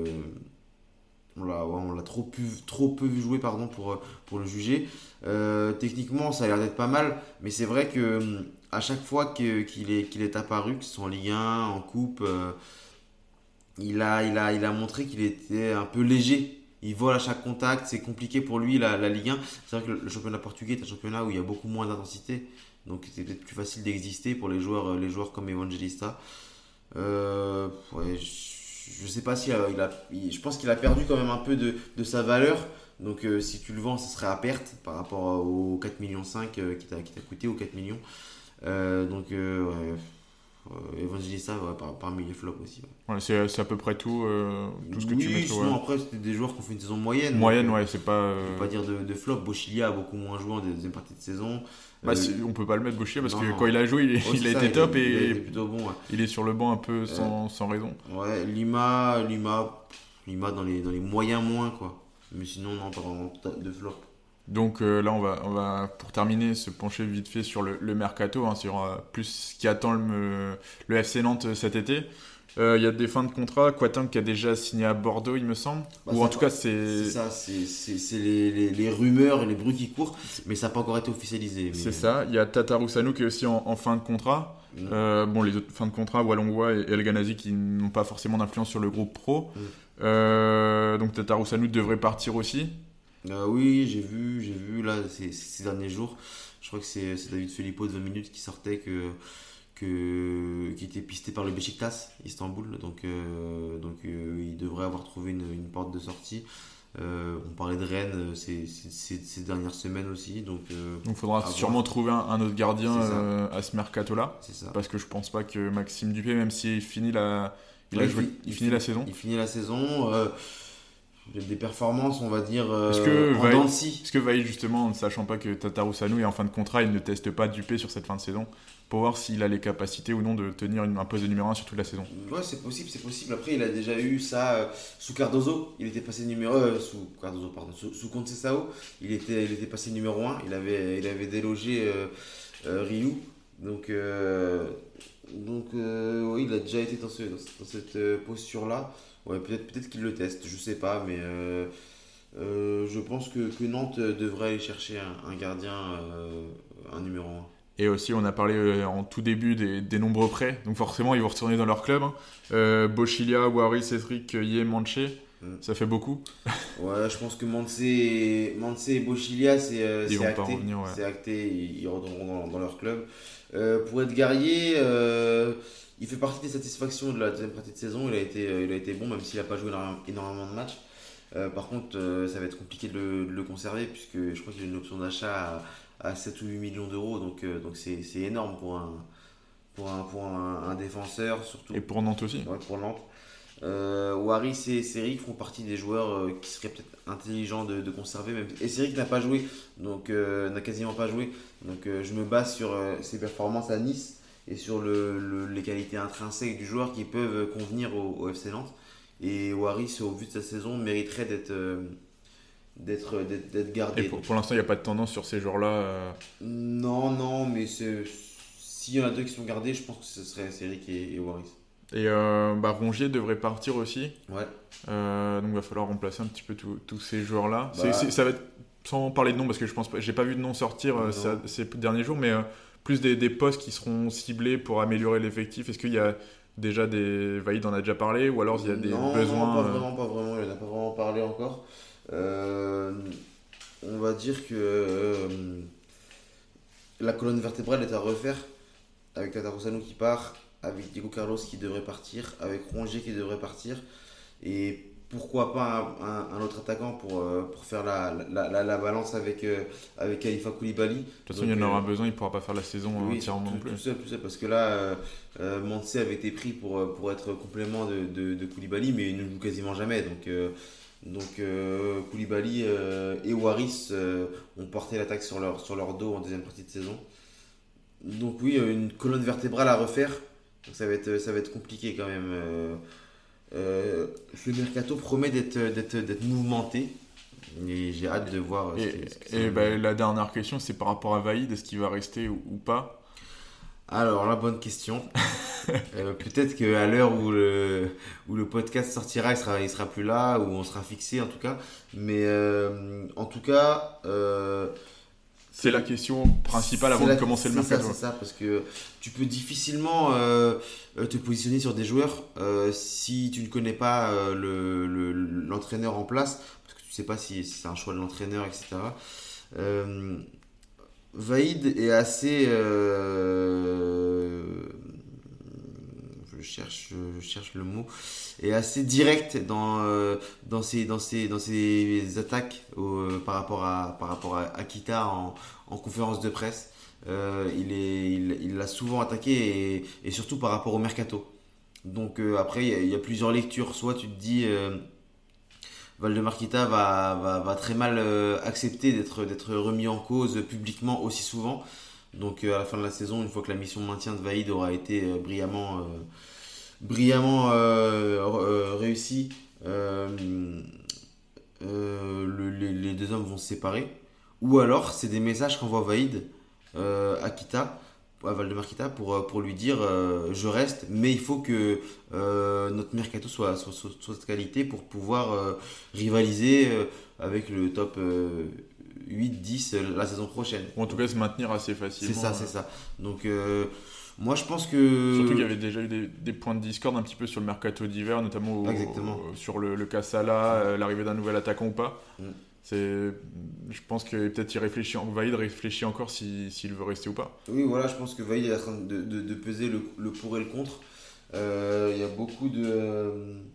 S2: on l'a ouais, on l'a trop, pu, trop peu vu jouer, pardon, pour, euh, pour le juger. Euh, techniquement, ça a l'air d'être pas mal, mais c'est vrai que hum, à chaque fois que- qu'il est, qu'il est apparu, que ce soit en Ligue un, en Coupe, euh, il a, il a, il a montré qu'il était un peu léger. Il vole à chaque contact, c'est compliqué pour lui la, la Ligue un. C'est vrai que le, le championnat portugais est un championnat où il y a beaucoup moins d'intensité, donc c'est peut-être plus facile d'exister pour les joueurs, les joueurs comme Evangelista. Euh, ouais, je, je sais pas si euh, il a, il- je pense qu'il a perdu quand même un peu de, de sa valeur. Donc euh, si tu le vends, ce serait à perte par rapport aux quatre virgule cinq millions euh, qui t'a qui t'a coûté, aux quatre millions. Euh, donc euh, ouais, euh, Evangelista ouais, par- parmi les flops aussi. Ouais.
S1: voilà, c'est c'est à peu près tout, euh, tout ce que tu
S2: Oui,
S1: mettrais.
S2: sinon
S1: Ouais.
S2: après c'était des joueurs qui ont fait une saison moyenne. Donc,
S1: Moyenne,
S2: euh,
S1: ouais, c'est pas.
S2: je peux
S1: euh,
S2: pas dire de, de flop. Bochilia a beaucoup moins joué en deuxième partie de saison.
S1: Bah,
S2: Euh,
S1: c'est- on peut pas le mettre gaucher parce
S2: non,
S1: que
S2: non.
S1: quand il a joué, il,
S2: Ouais,
S1: il
S2: c'est
S1: a
S2: ça,
S1: été
S2: il
S1: top
S2: il a été
S1: et
S2: plutôt bon. Ouais.
S1: il est sur le banc un peu
S2: Euh,
S1: sans, sans raison.
S2: Ouais, Lima, Lima, Lima dans les, dans les moyens moins, quoi. Mais sinon, non, pas vraiment de flop.
S1: Donc euh, là, on va, on va, pour terminer, se pencher vite fait sur le, le mercato, hein, sur euh, plus ce qui attend le, le F C Nantes cet été. Euh, Il y a des fins de contrat. Quatang qui a déjà signé à Bordeaux, il me semble.
S2: Bah,
S1: Ou
S2: ça
S1: en tout
S2: va-
S1: cas, c'est
S2: C'est ça, c'est c'est- c'est les, les, les rumeurs et les bruits qui courent, mais ça n'a pas encore été officialisé. Mais...
S1: c'est ça. Il y a Tatarusanu qui est aussi en, en fin de contrat.
S2: Mm.
S1: Euh, bon, les autres fins de contrat, Walongwa et El Ghanazi qui n'ont pas forcément d'influence sur le groupe pro.
S2: Mm.
S1: Euh, donc Tatarusanu devrait partir aussi.
S2: Euh, oui, j'ai vu, j'ai vu là ces, ces derniers jours. Je crois que c'est c'est David Filippo de vingt minutes qui sortait que, que qui était pisté par le Beşiktaş Istanbul. Donc euh, donc euh, il devrait avoir trouvé une, une porte de sortie. Euh, on parlait de Rennes euh, ces, ces, ces- ces dernières semaines aussi. Donc euh,
S1: Donc il faudra
S2: à
S1: sûrement
S2: voir.
S1: trouver un, un autre gardien
S2: C'est ça.
S1: euh, à ce mercato-là.
S2: C'est ça.
S1: Parce que je pense pas que Maxime Dupé, même s'il finit la, il a
S2: Ouais,
S1: joué-
S2: fi-
S1: il finit la saison.
S2: Il finit la saison. Euh, des performances, on va dire, euh,
S1: Est-ce que
S2: en
S1: Vaïd-
S2: dents de scie.
S1: Est-ce que Vaïd, justement, en ne sachant pas que Tatarusanu est en fin de contrat, il ne teste pas Dupé sur cette fin de saison pour voir s'il a les capacités ou non de tenir une- un poste de numéro un sur toute la saison?
S2: Ouais, c'est possible, c'est possible. Après, il a déjà eu ça euh, sous Cardozo. Il était passé numéro euh, sous Cardozo, pardon, sous, sous Conceição. Il était, il était passé numéro un. Il avait, il avait délogé euh, euh, Ryu. Donc, euh, donc euh, oui, il a déjà été dans, ce, dans, ce- dans cette euh, posture-là. Ouais, peut-être, peut-être qu'il le teste, je sais pas, mais euh, euh, je pense que, que Nantes devrait aller chercher un, un gardien, euh, un numéro un.
S1: Et aussi, on a parlé euh, en tout début des, des nombreux prêts. Donc forcément, ils vont retourner dans leur club. Hein. Euh, Bochilia, Waris, Cédric, Yé, Manche. Mm. Ça fait beaucoup.
S2: Ouais, je pense que Manse et, Manse et Bochilia, c'est, euh, c'est acté.
S1: Revenir, ouais.
S2: C'est acté, ils, ils retourneront dans, dans leur club. Euh, pour être guerrier, euh, il fait partie des satisfactions de la deuxième partie de saison. Il a été, euh, il a été bon, même s'il n'a pas joué énormément de matchs. Euh, par contre, euh, ça va être compliqué de le, de le conserver, puisque je crois qu'il y a une option d'achat à, à sept ou huit millions d'euros. Donc, euh, donc c'est, c'est énorme pour un, pour, un, pour un, un défenseur. Surtout.
S1: Et pour Nantes aussi.
S2: Ouais, pour Nantes. Euh, Waris et Cédric font partie des joueurs euh, qui seraient peut-être intelligents de, de conserver. Même. Et Cédric n'a pas joué, donc euh, n'a quasiment pas joué. Donc euh, je me base sur euh, ses performances à Nice et sur le, le, les qualités intrinsèques du joueur qui peuvent convenir au, au F C Nantes. Et Waris, au vu de sa saison, mériterait d'être, euh, d'être, d'être, d'être gardé.
S1: Et pour, pour l'instant, il n'y a pas de tendance sur ces joueurs-là euh...
S2: Non, non, mais c'est, s'il y en a deux qui sont gardés, je pense que ce serait Cédric et, et Waris.
S1: Et euh, bah, Rongier devrait partir aussi.
S2: Ouais.
S1: Euh, donc il va falloir remplacer un petit peu tous ces joueurs-là.
S2: Bah,
S1: c'est, c'est, ça va être, sans parler de nom, parce que je pense pas, j'ai pas vu de nom sortir euh, ça, ces derniers jours, mais euh, plus des, des postes qui seront ciblés pour améliorer l'effectif. Est-ce qu'il y a déjà des... Vaïd en a déjà parlé, ou alors il y a des
S2: non,
S1: besoins
S2: Non, pas
S1: euh...
S2: vraiment, pas vraiment. Il n'en a pas vraiment parlé encore. Euh, on va dire que euh, la colonne vertébrale est à refaire, avec Tatarusanu qui part, avec Diego Carlos qui devrait partir, avec Rongier qui devrait partir, et pourquoi pas un, un, un autre attaquant pour, euh, pour faire la, la, la, la balance avec, euh, avec Khalifa Koulibaly.
S1: De toute façon, il y en aura euh, besoin, il ne pourra pas faire la saison
S2: oui,
S1: entièrement non plus.
S2: Tout seul, tout seul, parce que là, euh, euh, Manse avait été pris pour, pour être complément de, de, de Koulibaly, mais il ne joue quasiment jamais. Donc, euh, donc euh, Koulibaly euh, et Waris euh, ont porté l'attaque sur leur, sur leur dos en deuxième partie de saison. Donc oui, une colonne vertébrale à refaire. Donc ça va être, ça va être compliqué quand même. Euh, euh, le mercato promet d'être, d'être, d'être mouvementé. Et j'ai hâte de voir.
S1: Et, ce que, ce que et bah, la dernière question, c'est par rapport à Vaïd. Est-ce qu'il va rester ou, ou pas?
S2: Alors, la bonne question. euh, peut-être qu'à l'heure où le, où le podcast sortira, il sera, il sera plus là, ou on sera fixé en tout cas. Mais euh, en tout cas. Euh,
S1: C'est la question principale avant
S2: la,
S1: de commencer le mercato.
S2: C'est ça, parce que tu peux difficilement euh, te positionner sur des joueurs euh, si tu ne connais pas euh, le, le, l'entraîneur en place, parce que tu ne sais pas si, si c'est un choix de l'entraîneur, et cetera. Euh, Vaïd est assez... Euh, je, cherche, je cherche le mot... est assez direct dans, euh, dans, ses, dans, ses, dans ses attaques euh, par rapport à, par rapport à Akita en, en conférence de presse. Euh, il, est, il, il l'a souvent attaqué et, et surtout par rapport au mercato. Donc euh, après, il y, a, il y a plusieurs lectures. Soit tu te dis euh, Valdemar Kita va, va, va très mal euh, accepter d'être, d'être remis en cause publiquement aussi souvent. Donc euh, à la fin de la saison, une fois que la mission de maintien de Vaïd aura été euh, brillamment... Euh, brillamment euh, euh, réussi, euh, euh, le, les, les deux hommes vont se séparer. Ou alors, c'est des messages qu'envoie Vaïd euh, à Kita, à Valdemar Kita, pour, pour lui dire euh, je reste, mais il faut que euh, notre mercato soit, soit, soit, soit de qualité pour pouvoir euh, rivaliser euh, avec le top euh, huit dix euh, la saison prochaine.
S1: Ou en tout cas, se maintenir assez facilement.
S2: C'est ça, c'est ça. Donc, euh, moi, je pense que...
S1: Surtout qu'il y avait déjà eu des, des points de discorde un petit peu sur le mercato d'hiver, notamment au, au, sur le, le cas Salah, euh, l'arrivée d'un nouvel attaquant ou pas. Mm. C'est, je pense que peut-être il réfléchit, Vaïd réfléchit encore si, s'il veut rester ou pas.
S2: Oui, voilà, je pense que Vaïd est en train de, de, de peser le, le pour et le contre. Euh, il y a beaucoup de,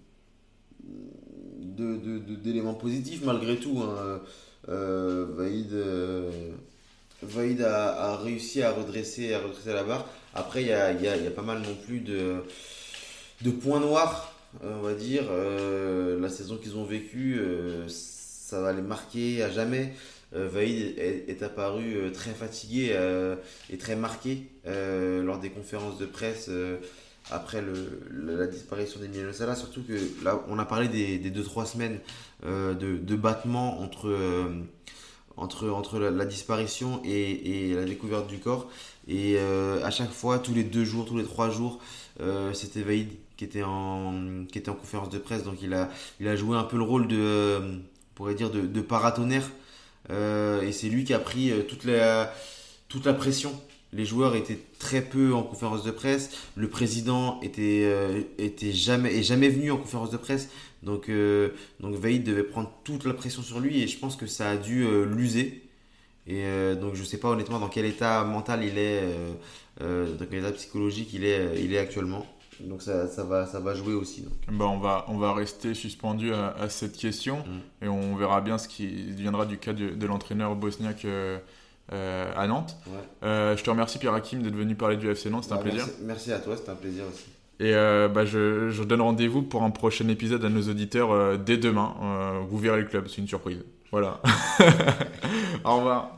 S2: de, de, de, d'éléments positifs malgré tout. Hein. Euh, Vaïd, euh, Vaïd a, a réussi à redresser, à redresser la barre. Après, il y a, y, a, y a pas mal non plus de, de points noirs, on va dire. Euh, la saison qu'ils ont vécue, euh, ça va les marquer à jamais. Euh, Vaïd est, est apparu euh, très fatigué euh, et très marqué euh, lors des conférences de presse euh, après le, la, la disparition d'Emiliano Sala. Surtout que là, on a parlé des, des deux trois semaines euh, de, de battement entre... Euh, entre, entre la, la disparition et, et la découverte du corps. Et euh, à chaque fois, tous les deux jours, tous les trois jours, euh, c'était Vaïd qui était, en, qui était en conférence de presse. Donc il a, il a joué un peu le rôle de, euh, on pourrait dire de, de paratonnerre. Euh, et c'est lui qui a pris toute la, toute la pression les joueurs étaient très peu en conférence de presse. Le président était, euh, était jamais, est jamais venu en conférence de presse. Donc, euh, donc Vahid devait prendre toute la pression sur lui et je pense que ça a dû euh, l'user. Et euh, donc je sais pas honnêtement dans quel état mental il est, euh, euh, dans quel état psychologique il est, il est actuellement. Donc ça, ça, va, ça va jouer aussi. Donc.
S1: Bah on, va, on va rester suspendu à, à cette question mmh. et on verra bien ce qui viendra du cas de, de l'entraîneur bosniaque euh, euh, à Nantes. Ouais. Euh, je te remercie Pierre-Hakim d'être venu parler du F C Nantes, c'était bah, un plaisir.
S2: Merci, merci à toi, c'était un plaisir aussi.
S1: Et euh, bah je, je donne rendez-vous pour un prochain épisode à nos auditeurs euh, dès demain. Euh, vous verrez le club, c'est une surprise. Voilà. Au revoir.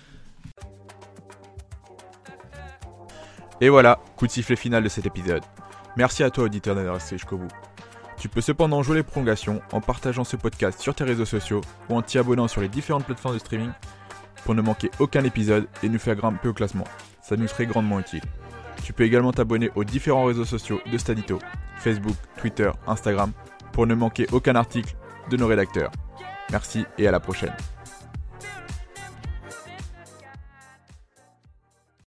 S3: Et voilà, coup de sifflet final de cet épisode. Merci à toi auditeur d'être resté jusqu'au bout. Tu peux cependant jouer les prolongations en partageant ce podcast sur tes réseaux sociaux ou en t'y abonnant sur les différentes plateformes de streaming pour ne manquer aucun épisode et nous faire grimper au classement. Ça nous serait grandement utile. Tu peux également t'abonner aux différents réseaux sociaux de Stadito, Facebook, Twitter, Instagram, pour ne manquer aucun article de nos rédacteurs. Merci et à la prochaine.